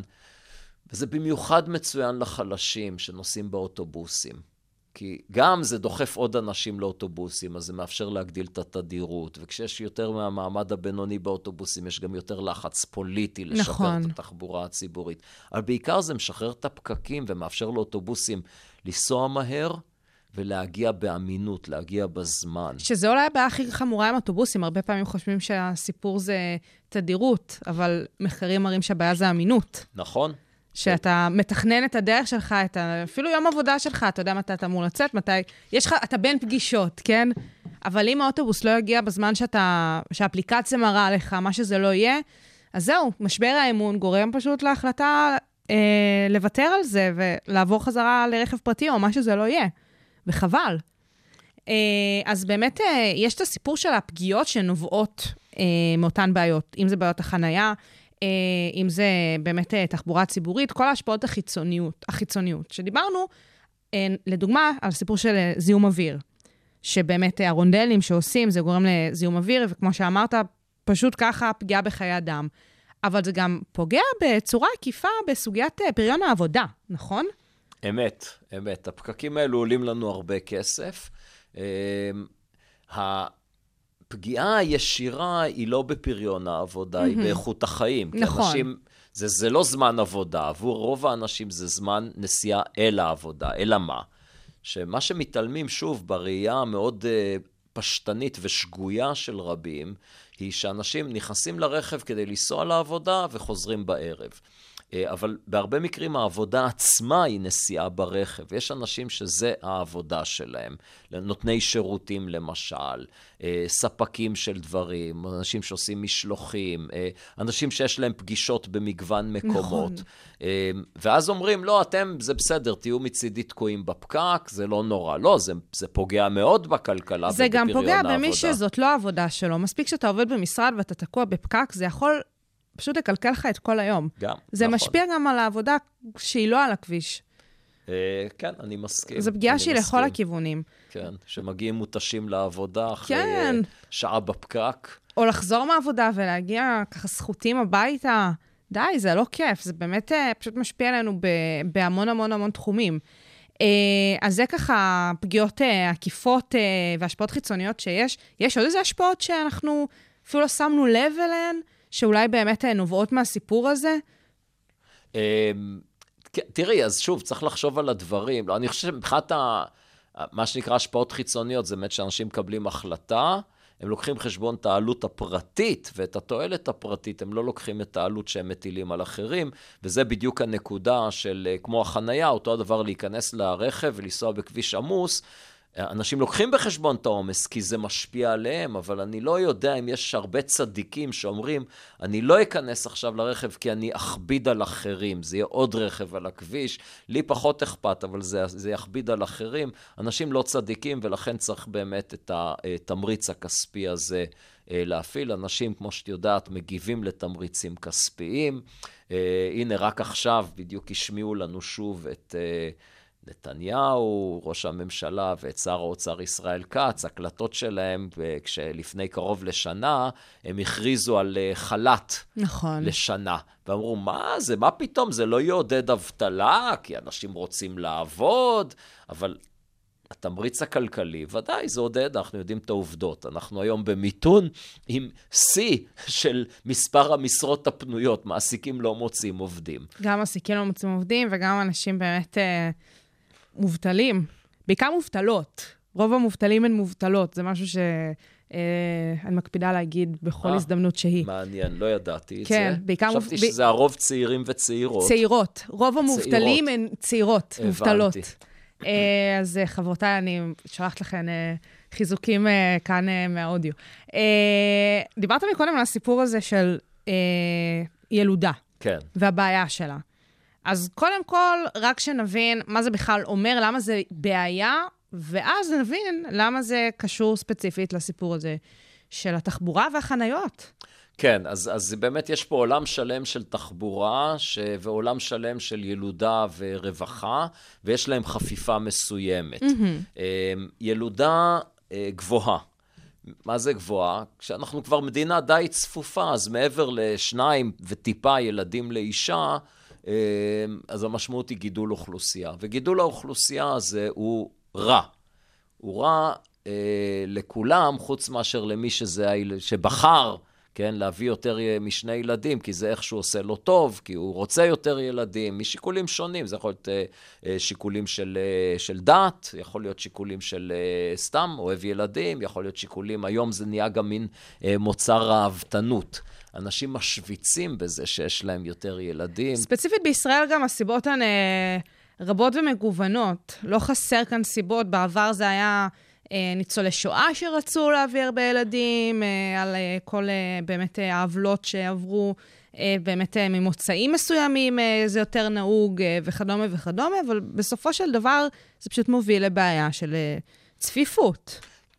וזה במיוחד מצוין לחלשים שנוסעים באוטובוסים. כי גם זה דוחף עוד אנשים לאוטובוסים, אז זה מאפשר להגדיל את התדירות. וכשיש יותר מהמעמד הבינוני באוטובוסים, יש גם יותר לחץ פוליטי לשפר נכון. את התחבורה הציבורית. אבל בעיקר זה משחרר את הפקקים ומאפשר לאוטובוסים לנסוע מהר, ולהגיע באמינות, להגיע בזמן. שזה אולי הבעיה הכי חמורה עם אוטובוסים. הרבה פעמים חושבים שהסיפור זה תדירות, אבל מחקרים מראים שהבעיה זה אמינות. נכון. שאתה מתכנן את הדרך שלך, אפילו יום עבודה שלך, אתה יודע מתי אתה אמור לצאת, אתה בין פגישות, כן? אבל אם האוטובוס לא יגיע בזמן שהאפליקציה מראה לך, מה שזה לא יהיה, אז זהו, משבר האמון גורם פשוט להחלטה לוותר על זה, ולעבור חזרה לרכב פרטי, או מה שזה לא יהיה. וחבל. אז באמת, יש את הסיפור של הפגיעות שנובעות מאותן בעיות, אם זה בעיות החנייה, אם זה באמת תחבורה ציבורית, כל ההשפעות החיצוניות. שדיברנו, לדוגמה, על סיפור של זיהום אוויר, שבאמת הרונדלים שעושים, זה גורם לזיהום אוויר, וכמו שאמרת, פשוט ככה פגיעה בחיי אדם. אבל זה גם פוגע בצורה עקיפה בסוגיית פריון העבודה, נכון? אמת, אמת. הפקקים האלו עולים לנו הרבה כסף. הפגיעה הישירה היא לא בפריון העבודה, היא באיכות החיים. נכון. כי אנשים, זה לא זמן עבודה, עבור רוב האנשים זה זמן נסיעה אל העבודה, אלא מה? שמה שמתעלמים שוב בראייה המאוד פשטנית ושגויה של רבים, היא שאנשים נכנסים לרכב כדי לנסוע לעבודה וחוזרים בערב. אבל בהרבה מקרים העבודה עצמה היא נסיעה ברכב. יש אנשים שזה העבודה שלהם. נותני שירותים למשל, ספקים של דברים, אנשים שעושים משלוחים, אנשים שיש להם פגישות במגוון מקומות. נכון. ואז אומרים, לא, אתם, זה בסדר, תהיו מצידי תקועים בפקק, זה לא נורא. לא, זה פוגע מאוד בכלכלה. זה גם פוגע במי שזאת לא העבודה שלו. מספיק שאתה עובד במשרד ואתה תקוע בפקק, זה יכול פשוט לקלקל לך את כל היום. גם, זה נכון. משפיע גם על העבודה שהיא לא על הכביש. כן, אני מסכים. זה פגיעה שהיא לכל הכיוונים. כן, שמגיעים מוטשים לעבודה אחרי שעה בפקק. או לחזור מהעבודה ולהגיע ככה זכותים הביתה. די, זה לא כיף. זה באמת פשוט משפיע עלינו בהמון המון המון תחומים. אז זה ככה פגיעות עקיפות והשפעות חיצוניות שיש. יש עוד איזה השפעות שאנחנו אפילו לא שמנו לב אליהן? שאולי באמת נובעות מהסיפור הזה? תראי, אז שוב, צריך לחשוב על הדברים. אני חושב שמבחינת מה שנקרא השפעות חיצוניות, זה באמת שאנשים מקבלים החלטה, הם לוקחים חשבון את העלות הפרטית, ואת התועלת הפרטית, הם לא לוקחים את העלות שהם מטילים על אחרים, וזה בדיוק הנקודה של, כמו החנייה, אותו הדבר להיכנס לרכב ולנסוע בכביש עמוס, אנשים לוקחים בחשבון את העומס, כי זה משפיע עליהם, אבל אני לא יודע אם יש הרבה צדיקים שאומרים, אני לא אכנס עכשיו לרכב כי אני אכביד על אחרים, זה יהיה עוד רכב על הכביש, לי פחות אכפת, אבל זה יכביד על אחרים. אנשים לא צדיקים, ולכן צריך באמת את התמריץ הכספי הזה להפעיל. אנשים, כמו שאת יודעת, מגיבים לתמריצים כספיים. הנה, רק עכשיו בדיוק השמיעו לנו שוב את נתניהו, ראש הממשלה ואת שר האוצר ישראל כץ, הקלטות שלהם, כשלפני קרוב לשנה, הם הכריזו על חל"ת לשנה. ואמרו, מה זה? מה פתאום? זה לא יעודד אבטלה, כי אנשים רוצים לעבוד, אבל התמריץ הכלכלי, ודאי, זה עודד, אנחנו יודעים את העובדות. אנחנו היום במיתון עם שיא של מספר המשרות הפנויות, מעסיקים לא מוצאים עובדים. גם מעסיקים לא מוצאים עובדים, וגם אנשים באמת מובטלים, בעיקר מובטלות. רוב המובטלים הן מובטלות, זה משהו שאני מקפידה להגיד בכל הזדמנות שהיא. מעניין, לא ידעתי את כן, זה. בעיקר חשבתי שזה הרוב צעירים וצעירות. צעירות, רוב המובטלים הן צעירות, מובטלות. אז חברותיי, אני שלחת לכן חיזוקים כאן מהאודיו. דיברת מקודם על הסיפור הזה של ילודה. כן. והבעיה שלה. אז קודם כל, רק שנבין מה זה בכלל אומר, למה זה בעיה, ואז נבין למה זה קשור ספציפית לסיפור הזה של התחבורה והחניות. כן, אז באמת יש פה עולם שלם של תחבורה, ועולם שלם של ילודה ורווחה, ויש להם חפיפה מסוימת. ילודה גבוהה. מה זה גבוהה? כשאנחנו כבר מדינה די צפופה, אז מעבר לשניים וטיפה ילדים לאישה, אז המשמעות היא גידול אוכלוסייה. וגידול האוכלוסייה הזה הוא רע. הוא רע לכולם, חוץ מאשר למי שבחר, כן, להביא יותר משני ילדים, כי זה איכשהו עושה לו טוב, כי הוא רוצה יותר ילדים, משיקולים שונים. זה יכול להיות שיקולים של דת, יכול להיות שיקולים של סתם אוהב ילדים, יכול להיות שיקולים, היום זה נהיה גם מין מוצר האבטנות. אנשים משוויצים בזה שיש להם יותר ילדים. ספציפית בישראל גם הסיבות הן רבות ומגוונות. לא חסר כאן סיבות. בעבר זה היה ניצולי שואה שרצו להביא הרבה ילדים, על כל באמת העוולות שעברו, באמת ממוצאים מסוימים זה יותר נהוג וכדומה וכדומה, אבל בסופו של דבר זה פשוט מוביל לבעיה של צפיפות.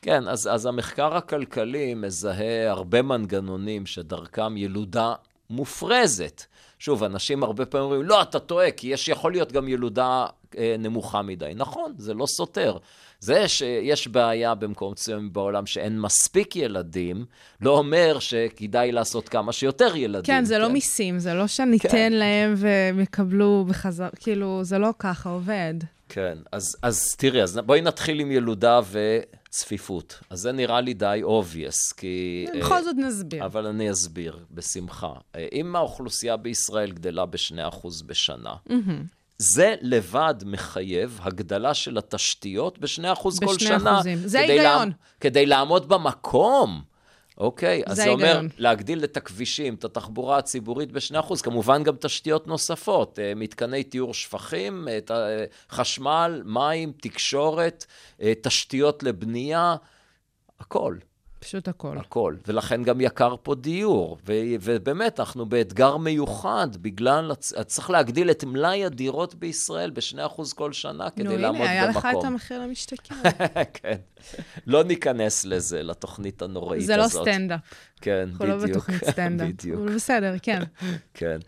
כן, אז המחקר הכלכלי מזהה הרבה מנגנונים שדרכם ילודה מופרזת. שוב, אנשים הרבה פעמים אומרים, לא, אתה טועה, כי יכול להיות גם ילודה נמוכה מדי. נכון, זה לא סותר. זה שיש בעיה במקום מסוים בעולם שאין מספיק ילדים, לא אומר שכדאי לעשות כמה שיותר ילדים. כן, זה לא מיסים, זה לא שניתן להם והם יקבלו בחזרה, כאילו, זה לא ככה עובד. כן, אז תראי, אז בואי נתחיל עם ילודה וצפיפות. אז זה נראה לי די obvious, כי... בכל זאת נסביר. אבל אני אסביר, בשמחה. אם האוכלוסייה בישראל גדלה ב2% בשנה, זה לבד מחייב הגדלה של התשתיות ב2% כל שנה. זה היגיון. כדי לעמוד במקום. אוקיי, אז זה אומר היגיון. להגדיל את הכבישים, את התחבורה הציבורית ב2%, כמובן גם תשתיות נוספות, מתקני טיהור שפכים, חשמל, מים, תקשורת, תשתיות לבנייה, הכל. פשוט הכל. הכל, ולכן גם יקר פה דיור, ובאמת אנחנו באתגר מיוחד, בגלל, צריך להגדיל את מלאי הדירות בישראל ב2% כל שנה, כדי לעמוד במקום. הנה, היה לך את המחיר למשתכן. כן, לא ניכנס לזה, לתוכנית הנוראית הזאת. זה לא סטנדאפ. כן, בדיוק. אנחנו לא בתוכנית סטנדאפ. אבל בסדר, כן. כן,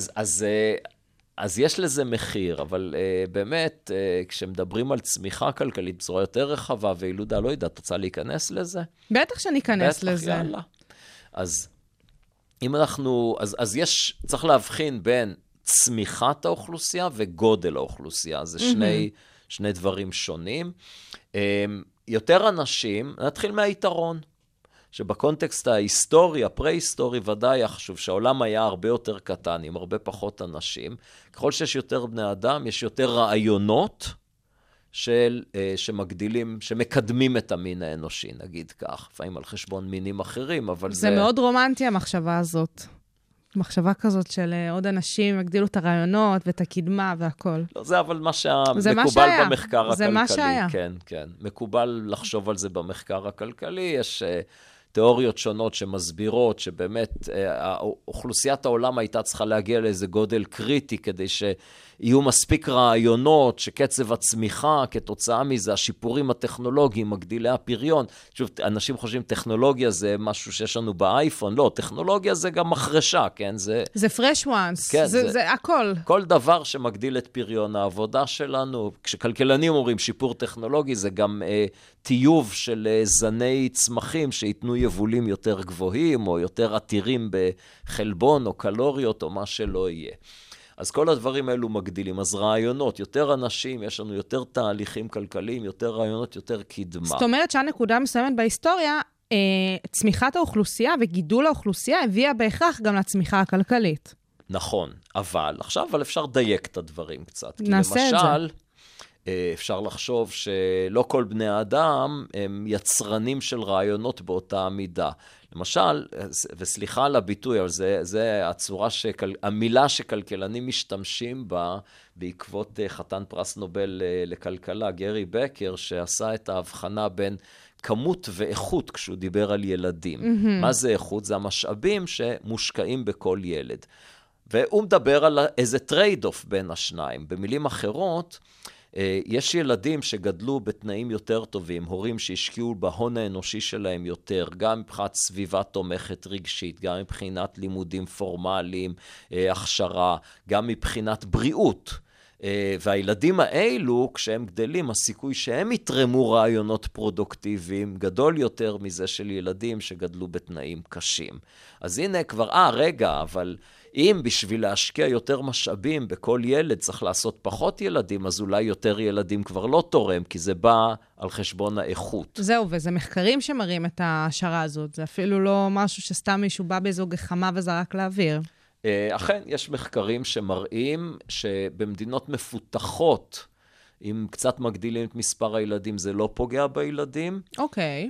אז יש לזה מחיר, אבל באמת, כשמדברים על צמיחה כלכלית בצורה יותר רחבה וילודה, לא יודעת, רוצה להיכנס לזה? בטח שניכנס לזה. בטח, יאללה. אז אם אנחנו, אז צריך להבחין בין צמיחת האוכלוסייה וגודל האוכלוסייה. זה שני דברים שונים. יותר אנשים, נתחיל מהיתרון. שבקונטקסט ההיסטורי, הפרה-היסטורי, ודאי חשוב שהעולם היה הרבה יותר קטן, עם הרבה פחות אנשים. ככל שיש יותר בני אדם, יש יותר רעיונות שמקדמים את המין האנושי, נגיד כך. לפעמים על חשבון מינים אחרים, אבל זה מאוד רומנטי, המחשבה הזאת. מחשבה כזאת של עוד אנשים הגדילו את הרעיונות ואת הקדמה והכל. לא, זה אבל מה שמקובל במחקר הכלכלי. זה מה שהיה. כן, כן. מקובל לחשוב על זה במחקר הכלכלי. יש תיאוריות שונות שמסבירות שבאמת אוכלוסיית העולם הייתה צריכה להגיע לאיזה גודל קריטי כדי שיהיו מספיק רעיונות, שקצב הצמיחה כתוצאה מזה, השיפורים הטכנולוגיים, מגדילי הפריון. שוב, אנשים חושבים טכנולוגיה זה משהו שיש לנו באייפון, לא, טכנולוגיה זה גם מחרשה, כן? זה fresh ones, כן, זה הכל. כל דבר שמגדיל את פריון העבודה שלנו, כשכלכלנים אומרים שיפור טכנולוגי, זה גם טיוב של זני צמחים שיתנו יבולים יותר גבוהים, או יותר עתירים בחלבון, או קלוריות, או מה שלא יהיה. אז כל הדברים האלו מגדילים. אז רעיונות, יותר אנשים, יש לנו יותר תהליכים כלכליים, יותר רעיונות, יותר קדמה. זאת אומרת שהנקודה מסוימת בהיסטוריה, צמיחת האוכלוסייה וגידול האוכלוסייה הביאה בהכרח גם לצמיחה הכלכלית. נכון, אבל אפשר לדייק את הדברים קצת. נעשה כי למשל, את זה. אפשר לחשוב שלא כל בני האדם הם יצרנים של רעיונות באותה מידה. למשל, וסליחה על הביטוי, אבל זה הצורה המילה שכלכלנים משתמשים בה בעקבות חתן פרס נובל לכלכלה, גרי בקר, שעשה את ההבחנה בין כמות ואיכות כשהוא דיבר על ילדים. מה זה איכות? זה המשאבים שמושקעים בכל ילד. והוא מדבר על איזה טרייד-אוף בין השניים. במילים אחרות, יש ילדים שגדלו בתנאים יותר טובים, הורים שהשקיעו בהון האנושי שלהם יותר, גם מבחינת סביבה תומכת רגשית, גם מבחינת לימודים פורמליים, הכשרה, גם מבחינת בריאות. והילדים האלו, כשהם גדלים, הסיכוי שהם יתרמו רעיונות פרודוקטיביים גדול יותר מזה של ילדים שגדלו בתנאים קשים. אז הנה כבר, רגע, אבל אם בשביל להשקיע יותר משאבים בכל ילד צריך לעשות פחות ילדים, אז אולי יותר ילדים כבר לא תורם, כי זה בא על חשבון האיכות. זהו, וזה מחקרים שמראים את ההשערה הזאת. זה אפילו לא משהו שסתם מישהו בא באיזו גחמה וזרק לאוויר. אכן, יש מחקרים שמראים שבמדינות מפותחות, אם קצת מגדילים את מספר הילדים, זה לא פוגע בילדים. אוקיי.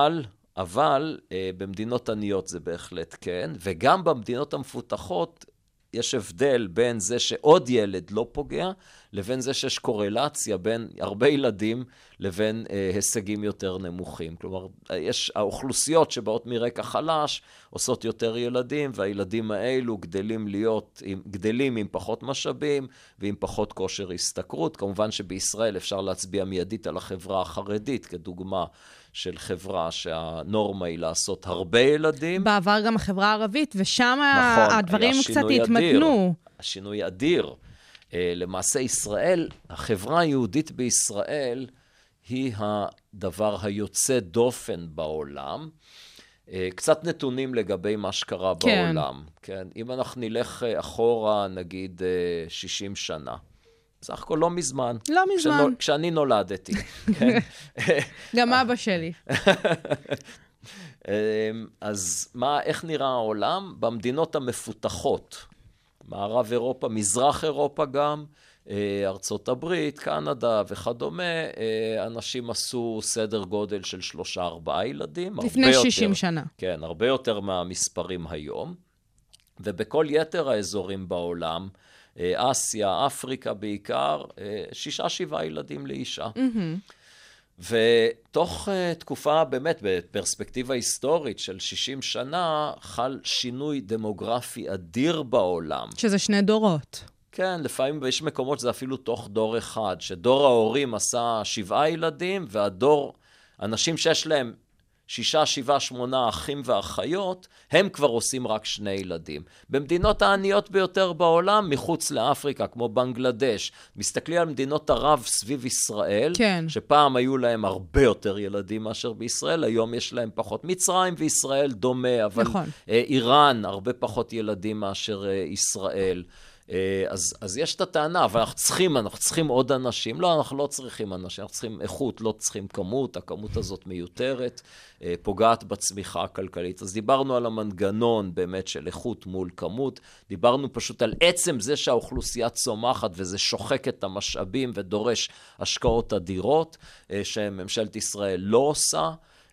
אבל במדינות עניות זה בהחלט כן, וגם במדינות המפותחות יש הבדל בין זה שעוד ילד לא פוגע, לבין זה שיש קורלציה בין הרבה ילדים לבין הישגים יותר נמוכים. כלומר, האוכלוסיות שבאות מרקע חלש עושות יותר ילדים, והילדים האלו גדלים עם פחות משאבים ועם פחות כושר הסתכרות. כמובן שבישראל אפשר להצביע מיידית על החברה החרדית, כדוגמה של חברה שהנורמה היא לעשות הרבה ילדים. בעבר גם החברה הערבית, ושם נכון, הדברים קצת התמתנו. השינוי אדיר. למעשה ישראל, החברה היהודית בישראל, היא הדבר היוצא דופן בעולם. קצת נתונים לגבי מה שקרה בעולם. כן. אם אנחנו נלך אחורה, נגיד 60 שנה. סך הכל לא מזמן. לא מזמן. כשאני נולדתי. כן. גם אבא שלי. אז איך נראה העולם? במדינות המפותחות, מערב אירופה, מזרח אירופה גם, ארצות הברית, קנדה וכדומה, אנשים עשו סדר גודל של 3-4 ילדים. לפני 60 שנה. כן, הרבה יותר מהמספרים היום. ובכל יתר האזורים בעולם, אסיה, אפריקה בעיקר, 6-7 ילדים לאישה. ותוך תקופה באמת, בפרספקטיבה היסטורית של 60 שנה, חל שינוי דמוגרפי אדיר בעולם. שזה 2 דורות. כן, לפעמים יש מקומות שזה אפילו תוך דור אחד, שדור ההורים עשה 7 ילדים, אנשים שיש להם 6, 7, 8 אחים ואחיות, הם כבר עושים רק 2 ילדים. במדינות העניות ביותר בעולם, מחוץ לאפריקה, כמו בנגלדש, מסתכלים על מדינות ערב סביב ישראל, כן. שפעם היו להם הרבה יותר ילדים מאשר בישראל, היום יש להם פחות. מצרים וישראל דומה, אבל נכון. איראן הרבה פחות ילדים מאשר ישראל. אז יש את הטענה, אבל אנחנו צריכים עוד אנשים. לא, אנחנו לא צריכים אנשים, אנחנו צריכים איכות, לא צריכים כמות, הכמות הזאת מיותרת, פוגעת בצמיחה הכלכלית. אז דיברנו על המנגנון באמת של איכות מול כמות, דיברנו פשוט על עצם זה שהאוכלוסייה צומחת, וזה שוחק את המשאבים ודורש השקעות אדירות, שממשלת ישראל לא עושה,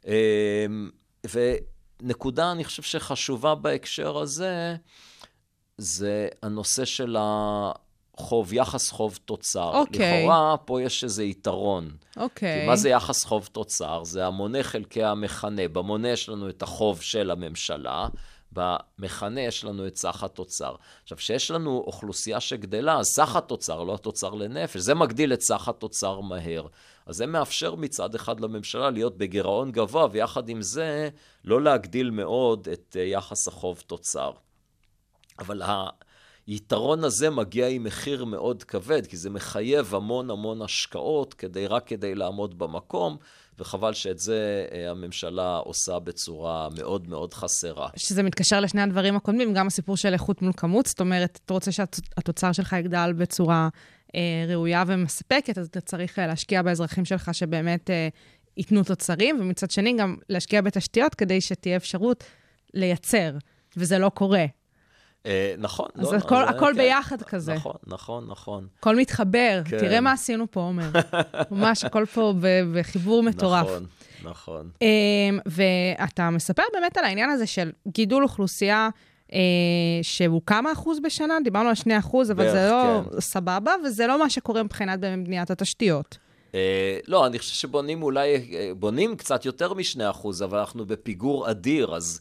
ונקודה אני חושב שחשובה בהקשר הזה, זה הנושא של החוב, יחס חוב תוצר. לכאורה, פה יש איזה יתרון. כי מה זה יחס חוב תוצר? זה המונה חלקי המכנה. במונה יש לנו את החוב של הממשלה, במכנה יש לנו את סך התוצר. עכשיו, שיש לנו אוכלוסייה שגדלה, אז סך התוצר, לא התוצר לנפש, זה מגדיל את סך התוצר מהר. אז זה מאפשר מצד אחד לממשלה להיות בגירעון גבוה, ויחד עם זה לא להגדיל מאוד את יחס החוב תוצר. אבל היתרון הזה מגיע עם מחיר מאוד כבד, כי זה מחייב המון השקעות רק כדי לעמוד במקום, וחבל שאת זה הממשלה עושה בצורה מאוד מאוד חסרה. שזה מתקשר לשני הדברים הקודמים, גם הסיפור של איכות מול כמות, זאת אומרת, אתה רוצה שהתוצר שלך יגדל בצורה ראויה ומספקת, אז אתה צריך להשקיע באזרחים שלך שבאמת ייתנו תוצרים, ומצד שני גם להשקיע בתשתיות כדי שתהיה אפשרות לייצר, וזה לא קורה. נכון. אז הכל ביחד כזה. נכון. הכל מתחבר. תראה מה עשינו פה, עומר. ממש הכל פה בחיבור מטורף. נכון. ואתה מספר באמת על העניין הזה של גידול אוכלוסייה, שהוא כמה אחוז בשנה? דיברנו על 2%, אבל זה לא סבבה, וזה לא מה שקורה מבחינת בניית התשתיות. לא, אני חושב שבונים קצת יותר מ2%, אבל אנחנו בפיגור אדיר, אז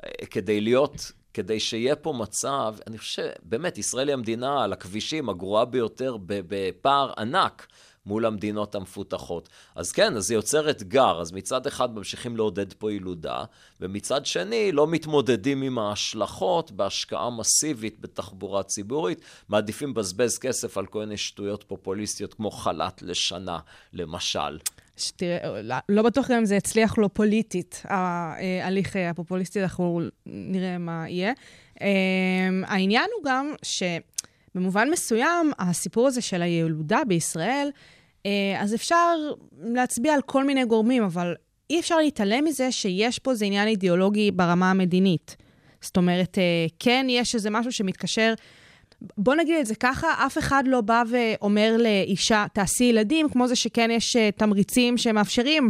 כדי שיהיה פה מצב, אני חושב שבאמת ישראל היא המדינה על הכבישים הגרועה ביותר בפער ענק מול המדינות המפותחות. אז כן, אז זה יוצר אתגר, אז מצד אחד ממשיכים לעודד פה ילודה, ומצד שני לא מתמודדים עם ההשלכות בהשקעה מסיבית בתחבורה ציבורית, מעדיפים בזבז כסף על כל מיני שטויות פופוליסטיות כמו חל"ת לשנה, למשל. שתראה, לא בטוח גם אם זה יצליח לו פוליטית, ההליך הפופוליסטי, אנחנו נראה מה יהיה. העניין הוא גם שבמובן מסוים, הסיפור הזה של הילודה בישראל, אז אפשר להצביע על כל מיני גורמים, אבל אי אפשר להתעלם מזה שיש פה זה עניין אידיאולוגי ברמה המדינית. זאת אומרת, כן, יש איזה משהו שמתקשר, בוא נגיד את זה ככה, אף אחד לא בא ואומר לאישה, תעשי ילדים, כמו זה שכן יש תמריצים שמאפשרים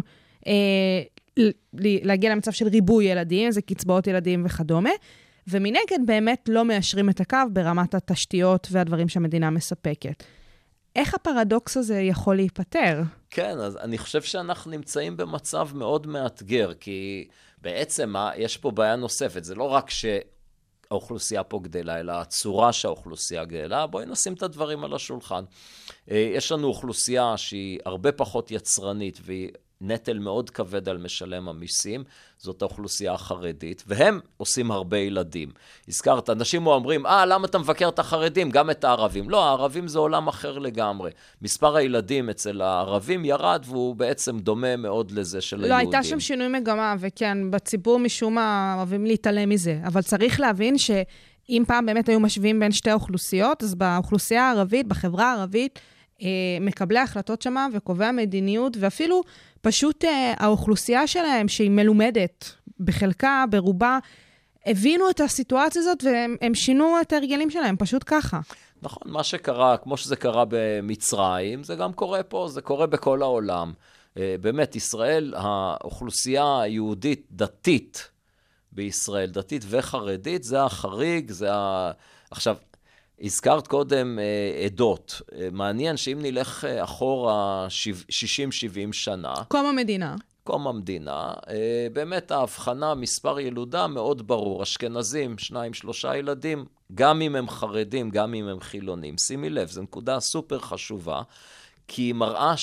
להגיע למצב של ריבוי ילדים, זה קצבאות ילדים וכדומה, ומנגד באמת לא מאשרים את הקו ברמת התשתיות והדברים שהמדינה מספקת. איך הפרדוקס הזה יכול להיפטר? כן, אז אני חושב שאנחנו נמצאים במצב מאוד מאתגר, כי בעצם יש פה בעיה נוספת, זה לא רק שהאוכלוסייה פה גדלה, אלא הצורה שהאוכלוסייה גדלה, בואי נשים את הדברים על השולחן. יש לנו אוכלוסייה שהיא הרבה פחות יצרנית, והיא נטל מאוד כבד על משלם המיסים, זאת האוכלוסייה החרדית, והם עושים הרבה ילדים. הזכרת, אנשים אומרים, למה אתה מבקר את החרדים? גם את הערבים. לא, הערבים זה עולם אחר לגמרי. מספר הילדים אצל הערבים ירד, והוא בעצם דומה מאוד לזה של היהודים. לא, הייתה שם שינוי מגמה, וכן, בציבור משום מה אוהבים להתעלם מזה, אבל צריך להבין שאם פעם באמת היו משווים בין שתי האוכלוסיות, אז באוכלוסייה הערבית, בחברה הערבית, מקבלי ההחלטות שמה וקובע מדיניות, ואפילו פשוט האוכלוסייה שלהם שהיא מלומדת בחלקה, ברובה, הבינו את הסיטואציה הזאת והם שינו את ההרגלים שלהם, פשוט ככה. נכון, מה שקרה, כמו שזה קרה במצרים, זה גם קורה פה, זה קורה בכל העולם. באמת, ישראל, האוכלוסייה היהודית דתית בישראל, דתית וחרדית, זה החריג, עכשיו, הזכרת קודם עדות. מעניין שאם נלך אחורה 60-70 שנה. קום המדינה. קום המדינה. באמת ההבחנה, מספר ילודה מאוד ברור. אשכנזים, 2-3 ילדים, גם אם הם חרדים, גם אם הם חילונים. שימי לב, זו נקודה סופר חשובה, כי היא מראה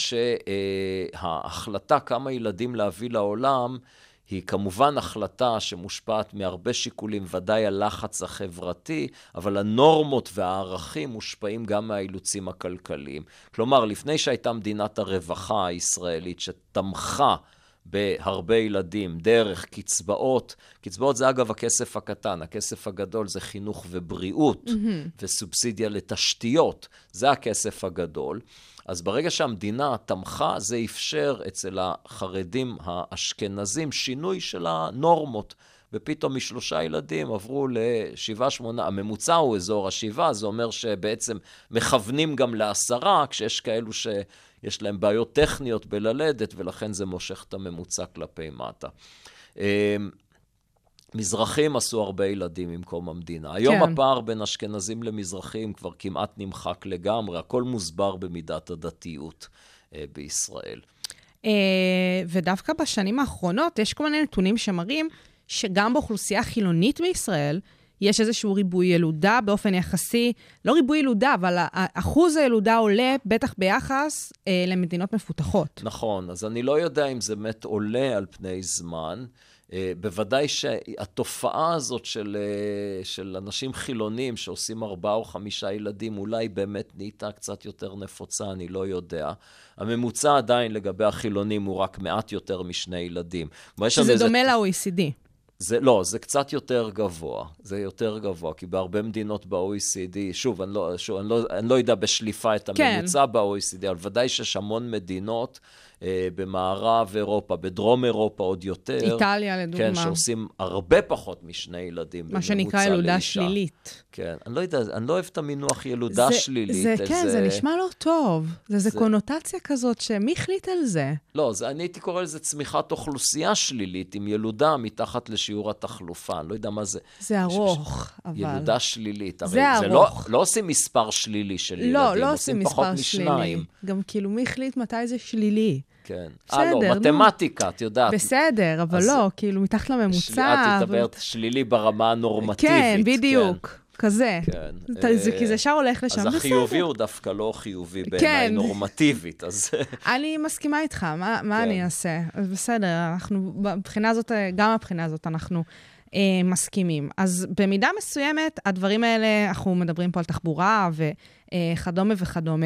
שההחלטה כמה ילדים להביא לעולם, היא כמובן החלטה שמושפעת מהרבה שיקולים, ודאי הלחץ החברתי, אבל הנורמות והערכים מושפעים גם מהאילוצים הכלכליים. כלומר, לפני שהייתה מדינת הרווחה הישראלית שתמכה בהרבה ילדים דרך קצבאות, קצבאות זה אגב הכסף הקטן, הכסף הגדול זה חינוך ובריאות, וסובסידיה לתשתיות, זה הכסף הגדול. אז ברגע שהמדינה תמכה, זה אפשר אצל החרדים האשכנזים שינוי של הנורמות. ופתאום מ3 ילדים עברו ל7-8, הממוצע הוא אזור ה7, זה אומר שבעצם מכוונים גם ל10, כשיש כאלו שיש להם בעיות טכניות בללדת, ולכן זה מושך את הממוצע כלפי מטה. מזרחים עשו הרבה ילדים עם קום המדינה. היום הפער בין אשכנזים למזרחים כבר כמעט נמחק לגמרי, הכל מוסבר במידת הדתיות בישראל. ודווקא בשנים האחרונות יש כל מיני נתונים שמראים שגם באוכלוסייה חילונית בישראל יש איזשהו ריבוי ילודה באופן יחסי, לא ריבוי ילודה, אבל אחוז הילודה עולה בטח ביחס למדינות מפותחות. נכון, אז אני לא יודע אם זה באמת עולה על פני זמן, בוודאי שהתופעה הזאת של אנשים חילונים שעושים 4 או 5 ילדים, אולי באמת נהייתה קצת יותר נפוצה, אני לא יודע. הממוצע עדיין לגבי החילונים הוא רק מעט יותר מ2 ילדים. שזה דומה ל-OECD. לא, זה קצת יותר גבוה. זה יותר גבוה, כי בהרבה מדינות ב-OECD, שוב, אני לא יודע בשליפה את הממוצע ב-OECD, אבל ודאי שיש המון מדינות במערב אירופה, בדרום אירופה עוד יותר. איטליה לדוגמה. כן, שעושים הרבה פחות מ2 ילדים. מה שנקרא ילודה שלילית. כן, אני לא יודע, אני לא אוהב את המינוח ילודה שלילית. כן, זה נשמע לא טוב. זה קונוטציה כזאת שמי החליט על זה? לא, אני הייתי קורא לזה צמיחת אוכלוסייה שלילית, עם ילודה מתחת לשיעור התחלופה. אני לא יודע מה זה. זה ארוך, אבל. ילודה שלילית. זה ארוך. לא עושים מספר שלילי של ילדים. לא עושים מספר שלילי. גם כאילו מי החליט מתי זה שלילי. כן. לא, מתמטיקה, את יודעת. בסדר, אבל לא, כאילו מתחת לממוצע. את תדברת שלילי ברמה הנורמטיבית. כן, בדיוק. כזה. כי זה שר הולך לשם. אז החיובי הוא דווקא לא חיובי בעיניי נורמטיבית. אני מסכימה איתך, מה אני אעשה? בסדר, אנחנו, בבחינה הזאת, גם בבחינה הזאת אנחנו מסכימים. אז במידה מסוימת, הדברים האלה, אנחנו מדברים פה על תחבורה וכדומה וכדומה.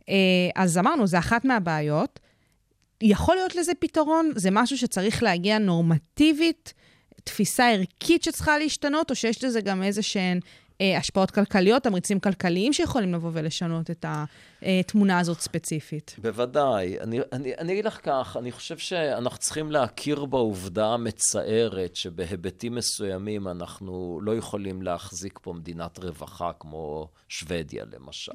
אז אמרנו, זה אחת מהבעיות. יכול להיות לזה פתרון, זה משהו שצריך להגיע נורמטיבית, תפיסה ערכית שצריכה להשתנות, או שיש לזה גם איזשהן השפעות כלכליות, תמריצים כלכליים שיכולים לבוא ולשנות את התמונה הזאת ספציפית. בוודאי. אני אגיד לך כך, אני חושב שאנחנו צריכים להכיר בעובדה המצערת, שבהיבטים מסוימים אנחנו לא יכולים להחזיק פה מדינת רווחה, כמו שוודיה למשל.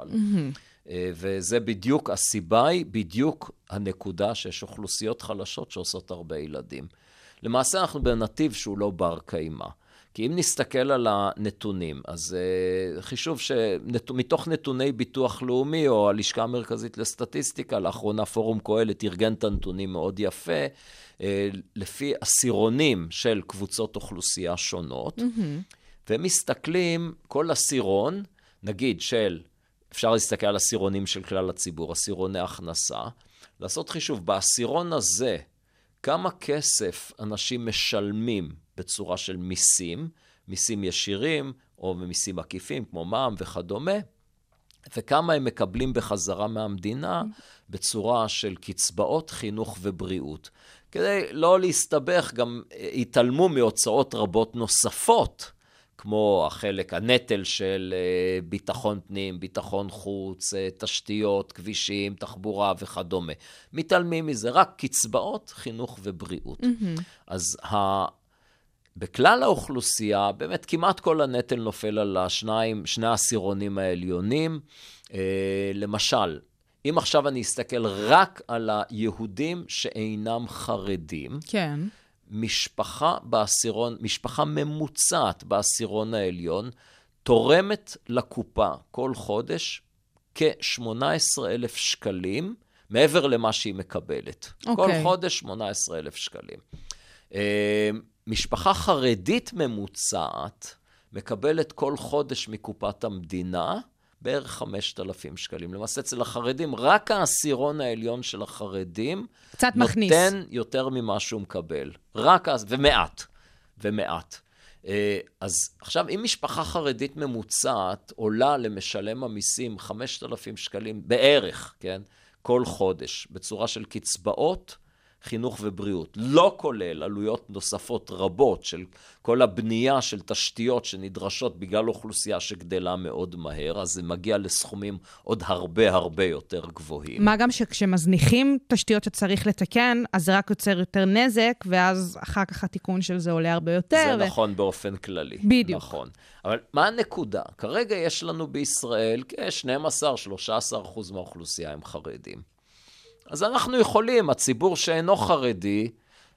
וזה בדיוק, הסיבה היא בדיוק הנקודה שיש אוכלוסיות חלשות שעושות הרבה ילדים. למעשה אנחנו בנתיב שהוא לא בר קיימה. כי אם נסתכל על הנתונים, אז חישוב שמתוך נתוני ביטוח לאומי, או הלשכה המרכזית לסטטיסטיקה, לאחרונה פורום קהלת ארגן את הנתונים מאוד יפה, לפי עשירונים של קבוצות אוכלוסייה שונות, ומסתכלים כל עשירון, נגיד אפשר להסתכל על עשירונים של כלל הציבור, עשירוני הכנסה, לעשות חישוב, בעשירון הזה, כמה כסף אנשים משלמים בצורה של מיסים, מיסים ישירים או מיסים עקיפים כמו מע"מ וכדומה, וכמה הם מקבלים בחזרה מהמדינה בצורה של קצבאות, חינוך ובריאות. כדי לא להסתבך, גם התעלמו מהוצאות רבות נוספות, כמו החלק, הנטל של ביטחון פנים, ביטחון חוץ, תשתיות, כבישים, תחבורה וכדומה. מתעלמים מזה, רק קצבאות, חינוך ובריאות. אז בכלל האוכלוסייה, באמת כמעט כל הנטל נופל על שני העשירונים העליונים. למשל, אם עכשיו אני אסתכל רק על היהודים שאינם חרדים, כן. משפחה ממוצעת בעשירון העליון, תורמת לקופה כל חודש כ-18,000 שקלים, מעבר למה שהיא מקבלת. כל חודש 18,000 שקלים. משפחה חרדית ממוצעת מקבלת כל חודש מקופת המדינה בערך 5,000 שקלים. למעשה אצל החרדים, רק העשירון העליון של החרדים קצת מכניס. נותן יותר ממה שהוא מקבל. ומעט. אז עכשיו, אם משפחה חרדית ממוצעת עולה למשלם המיסים 5,000 שקלים בערך, כן? כל חודש, בצורה של קצבאות, חינוך ובריאות, לא כולל עלויות נוספות רבות של כל הבנייה של תשתיות שנדרשות בגלל אוכלוסייה שגדלה מאוד מהר, אז זה מגיע לסכומים עוד הרבה יותר גבוהים. מה גם שכשמזניחים תשתיות שצריך לתקן, אז זה רק יוצר יותר נזק, ואז אחר כך התיקון של זה עולה הרבה יותר. זה נכון באופן כללי. בדיוק. נכון. אבל מה הנקודה? כרגע יש לנו בישראל כ-12-13% מהאוכלוסייה הם חרדים. אז אנחנו יכולים, הציבור שאינו חרדי,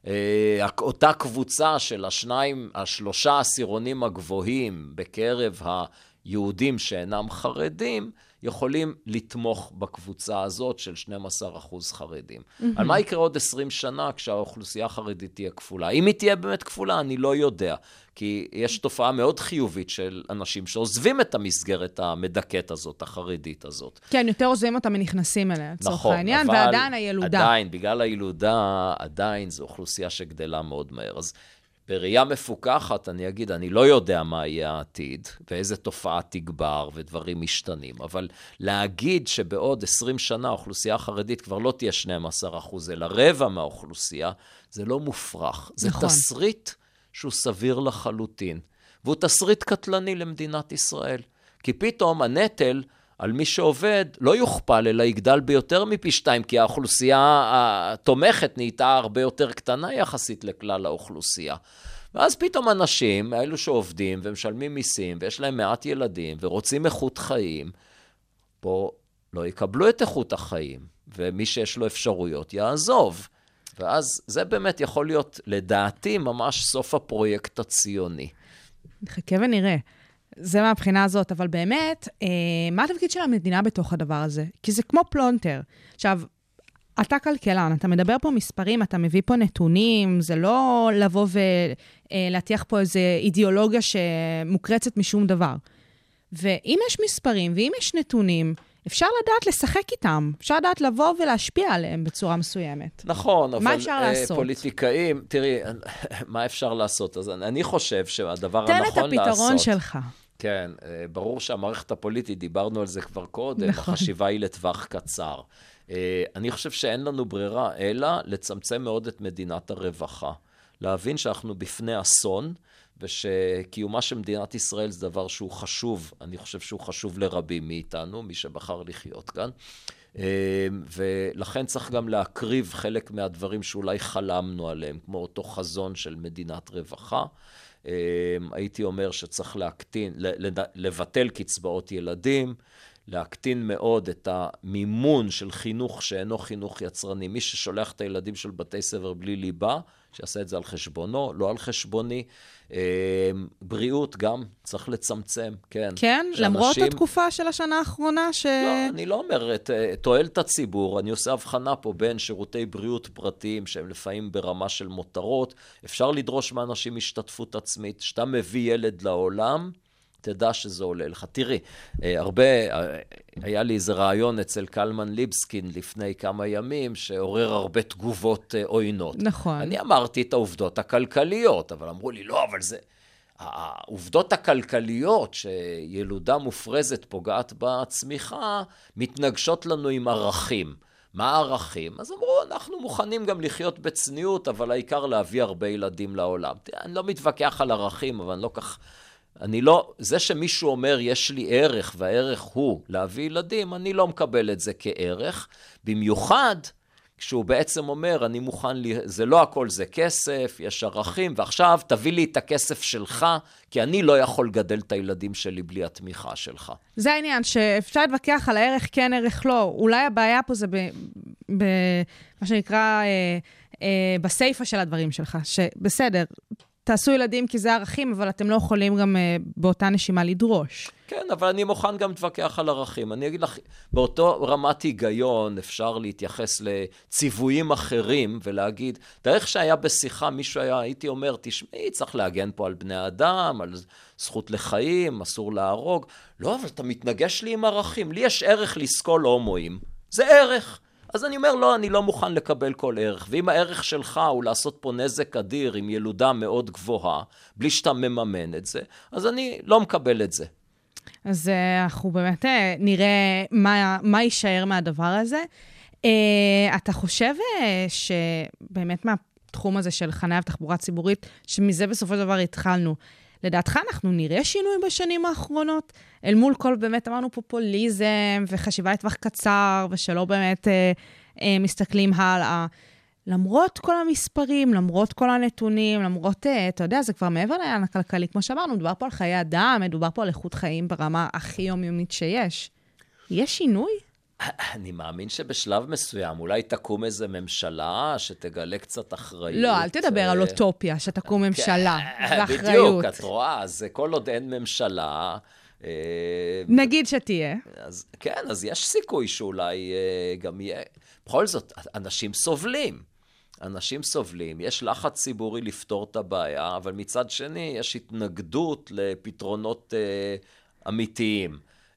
אותה קבוצה של השלושה עשירונים הגבוהים בקרב היהודים שאינם חרדים, יכולים לתמוך בקבוצה הזאת של 12% חרדים. על מה יקרה עוד 20 שנה כשהאוכלוסייה החרדית תהיה כפולה? אם היא תהיה באמת כפולה, אני לא יודע. כי יש תופעה מאוד חיובית של אנשים שעוזבים את המסגרת המדכאת הזאת, החרדית הזאת. כן, יותר עוזבים אותם ונכנסים אליה, לצורך העניין, אבל ועדיין הילודה. עדיין, בגלל הילודה, עדיין זו אוכלוסייה שגדלה מאוד מהר. אז בראייה מפוקחת, אני אגיד, אני לא יודע מה יהיה העתיד, ואיזה תופעה תגבר ודברים משתנים, אבל להגיד שבעוד 20 שנה האוכלוסייה החרדית כבר לא תהיה 12%, אלא רבע מהאוכלוסייה, זה לא מופרך. זה נכון. תסריט שהוא סביר לחלוטין, והוא תסריט קטלני למדינת ישראל. כי פתאום הנטל על מי שעובד לא יוכפל, אלא יגדל ביותר מפי 2, כי האוכלוסייה התומכת נהייתה הרבה יותר קטנה יחסית לכלל האוכלוסייה. ואז פתאום אנשים, האלו שעובדים ומשלמים מיסים, ויש להם מעט ילדים, ורוצים איכות חיים, פה לא יקבלו את איכות החיים, ומי שיש לו אפשרויות יעזוב. ואז זה באמת יכול להיות, לדעתי, ממש סוף הפרויקט הציוני. נחכה ונראה. זה מהבחינה הזאת, אבל באמת, מה התפקיד של המדינה בתוך הדבר הזה? כי זה כמו פלונטר. עכשיו, אתה כלכלן, אתה מדבר פה מספרים, אתה מביא פה נתונים, זה לא לבוא ולהתיח פה איזו אידיאולוגיה שמוקרצת משום דבר. ואם יש מספרים ואם יש נתונים, אפשר לדעת לשחק איתם, אפשר לדעת לבוא ולהשפיע עליהם בצורה מסוימת. נכון, אבל פוליטיקאים, תראי, מה אפשר לעשות? אז אני חושב שהדבר הנכון לעשות... תן את הפתרון שלך. כן, ברור שהמערכת הפוליטית, דיברנו על זה כבר קודם, נכון. החשיבה היא לטווח קצר. אני חושב שאין לנו ברירה, אלא לצמצם מאוד את מדינת הרווחה. להבין שאנחנו בפני אסון, ושקיומה של מדינת ישראל זה דבר שהוא חשוב, אני חושב שהוא חשוב לרבים מאיתנו, מי שבחר לחיות כאן, ולכן צריך גם להקריב חלק מהדברים שאולי חלמנו עליהם, כמו אותו חזון של מדינת רווחה. הייתי אומר שצריך לבטל קצבאות ילדים, להקטין מאוד את המימון של חינוך שאינו חינוך יצרני. מי ששולח את הילדים של בתי ספר בלי ליבה, שיעשה את זה על חשבונו, לא על חשבוני. בריאות גם צריך לצמצם, כן. כן? למרות התקופה של השנה האחרונה לא, אני לא אומר, תועלת הציבור, אני עושה הבחנה פה בין שירותי בריאות פרטיים, שהם לפעמים ברמה של מותרות, אפשר לדרוש מאנשים השתתפות עצמית, שאתה מביא ילד לעולם, תדע שזה עולה לך. תראי, היה לי איזה רעיון אצל קלמן ליבסקין לפני כמה ימים, שעורר הרבה תגובות עוינות. נכון. אני אמרתי את העובדות הכלכליות, אבל אמרו לי, לא, אבל זה... העובדות הכלכליות שילודה מופרזת פוגעת בצמיחה, מתנגשות לנו עם ערכים. מה הערכים? אז אמרו, אנחנו מוכנים גם לחיות בצניעות, אבל העיקר להביא הרבה ילדים לעולם. אני לא מתווכח על ערכים, אבל אני לא, זה שמישהו אומר, יש לי ערך, והערך הוא להביא ילדים, אני לא מקבל את זה כערך. במיוחד, כשהוא בעצם אומר, אני מוכן, זה לא הכל זה כסף, יש ערכים, ועכשיו תביא לי את הכסף שלך, כי אני לא יכול לגדל את הילדים שלי בלי התמיכה שלך. זה העניין, שאפשר להתווכח על הערך כן, ערך לא. אולי הבעיה פה זה מה שנקרא, בסייפה של הדברים שלך, שבסדר, תעשו ילדים כי זה ערכים, אבל אתם לא יכולים גם באותה נשימה לדרוש. כן, אבל אני מוכן גם להתווכח על ערכים. אני אגיד לך, באותו רמת היגיון אפשר להתייחס לציוויים אחרים ולהגיד, דרך שהיה בשיחה, מישהו הייתי אומר, תשמעי, צריך להגן פה על בני אדם, על זכות לחיים, אסור להרוג. לא, אבל אתה מתנגש לי עם ערכים. לי יש ערך לסקול הומואים. זה ערך. אז אני אומר, לא, אני לא מוכן לקבל כל ערך. ואם הערך שלך הוא לעשות פה נזק אדיר עם ילודה מאוד גבוהה, בלי שאתה מממן את זה, אז אני לא מקבל את זה. אז אנחנו באמת נראה מה יישאר מהדבר הזה. אתה חושב שבאמת מהתחום הזה של חניה ותחבורה ציבורית, שמזה בסופו של דבר התחלנו, לדעתך אנחנו נראה שינוי בשנים האחרונות, אל מול כל באמת אמרנו פופוליזם וחשיבה לטווח קצר, ושלא באמת מסתכלים הלאה. למרות כל המספרים, למרות כל הנתונים, למרות, אתה יודע, זה כבר מעבר לעניין הכלכלי, כמו שאמרנו, מדובר פה על חיי אדם, מדובר פה על איכות חיים ברמה הכי יומיומית שיש. יש שינוי? אני מאמין שבשלב מסוים אולי תקום איזו ממשלה שתגלה קצת אחריות. לא, אל תדבר על אוטופיה, שתקום ממשלה ואחריות. בדיוק, את רואה, אז כל עוד אין ממשלה... נגיד שתהיה. אז, כן, אז יש סיכוי שאולי גם יהיה... בכל זאת, אנשים סובלים, יש לחץ ציבורי לפתור את הבעיה, אבל מצד שני יש התנגדות לפתרונות אמיתיים.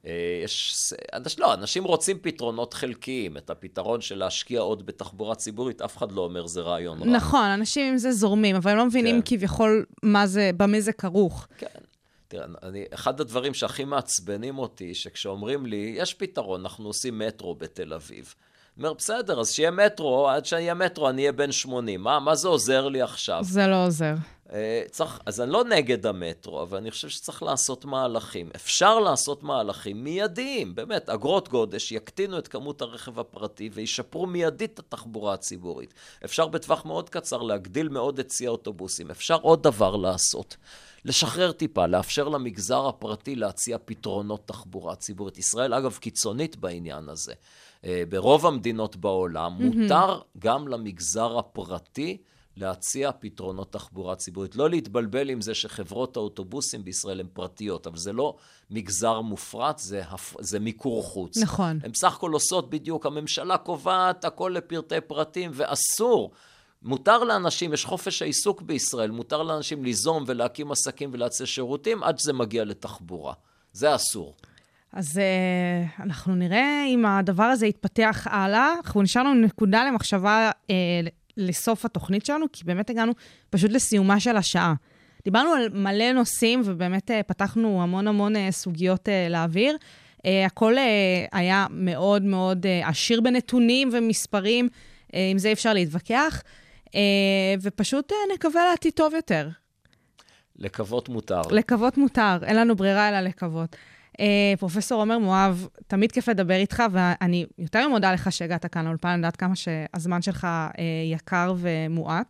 אנשים רוצים פתרונות חלקיים, את הפתרון של להשקיע עוד בתחבורה ציבורית, אף אחד לא אומר זה רעיון רע. נכון, אנשים עם זה זורמים, אבל הם לא מבינים כביכול במה זה כרוך. כן, תראה, אחד הדברים שהכי מעצבנים אותי, שכשאומרים לי, יש פתרון, אנחנו עושים מטרו בתל אביב. אומר, בסדר, אז שיהיה מטרו, עד שיהיה מטרו אני אהיה בן 80. מה זה עוזר לי עכשיו? זה לא עוזר. אז אני לא נגד המטרו, אבל אני חושב שצריך לעשות מהלכים. אפשר לעשות מהלכים מיידיים, באמת, אגרות גודש יקטינו את כמות הרכב הפרטי וישפרו מיידית את התחבורה הציבורית. אפשר בטווח מאוד קצר להגדיל מאוד את צי האוטובוסים. אפשר עוד דבר לעשות. לשחרר טיפה, לאפשר למגזר הפרטי להציע פתרונות תחבורה ציבורית. ישראל, אגב, קיצונית בעניין הזה. ברוב המדינות בעולם מותר גם למגזר הפרטי להציע פתרונות תחבורה ציבורית. לא להתבלבל עם זה שחברות האוטובוסים בישראל הן פרטיות, אבל זה לא מגזר מופרט, זה מיקור חוץ. נכון. הן בסך הכל עושות בדיוק, הממשלה קובעת הכל לפרטי פרטים, ואסור. מותר לאנשים, יש חופש העיסוק בישראל, מותר לאנשים ליזום ולהקים עסקים ולהציע שירותים, עד שזה מגיע לתחבורה. זה אסור. אז אנחנו נראה אם הדבר הזה יתפתח הלאה. אנחנו נשארנו נקודה למחשבה לסוף התוכנית שלנו, כי באמת הגענו פשוט לסיומה של השעה. דיברנו על מלא נושאים, ובאמת פתחנו המון סוגיות לאוויר. הכל היה מאוד מאוד עשיר בנתונים ומספרים, עם זה אפשר להתווכח, ופשוט נקווה לעתיד טוב יותר. לקוות מותר. לקוות מותר, אין לנו ברירה אלא לקוות. פרופסור עומר מואב, תמיד כיף לדבר איתך, ואני יותר מודה לך שהגעת כאן לאולפן, אני יודעת כמה שהזמן שלך יקר ומועט.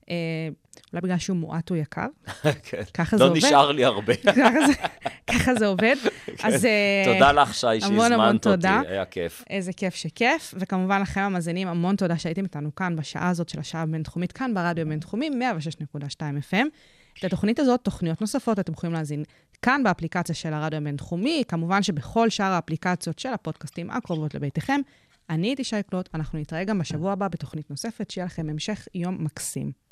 אולי בגלל שהוא מועט הוא יקר. כן. ככה זה עובד. לא נשאר לי הרבה. ככה זה עובד. אז תודה לך, שי, שהזמנת אותי. היה כיף. איזה כיף שכיף. וכמובן לכם המאזינים, המון תודה שהייתם איתנו כאן בשעה הזאת של השעה הבינתחומית, כאן ברדיו הבינתחומי, 106.2 FM. את התוכנית הזאת, תוכניות נוספות, אתם יכולים להזין כאן באפליקציה של הרדיו הבינתחומי, כמובן שבכל שאר האפליקציות של הפודקאסטים הקרובות לביתכם. אני הייתי שי קלוט, אנחנו נתראה גם בשבוע הבא בתוכנית נוספת, שיהיה לכם המשך יום מקסים.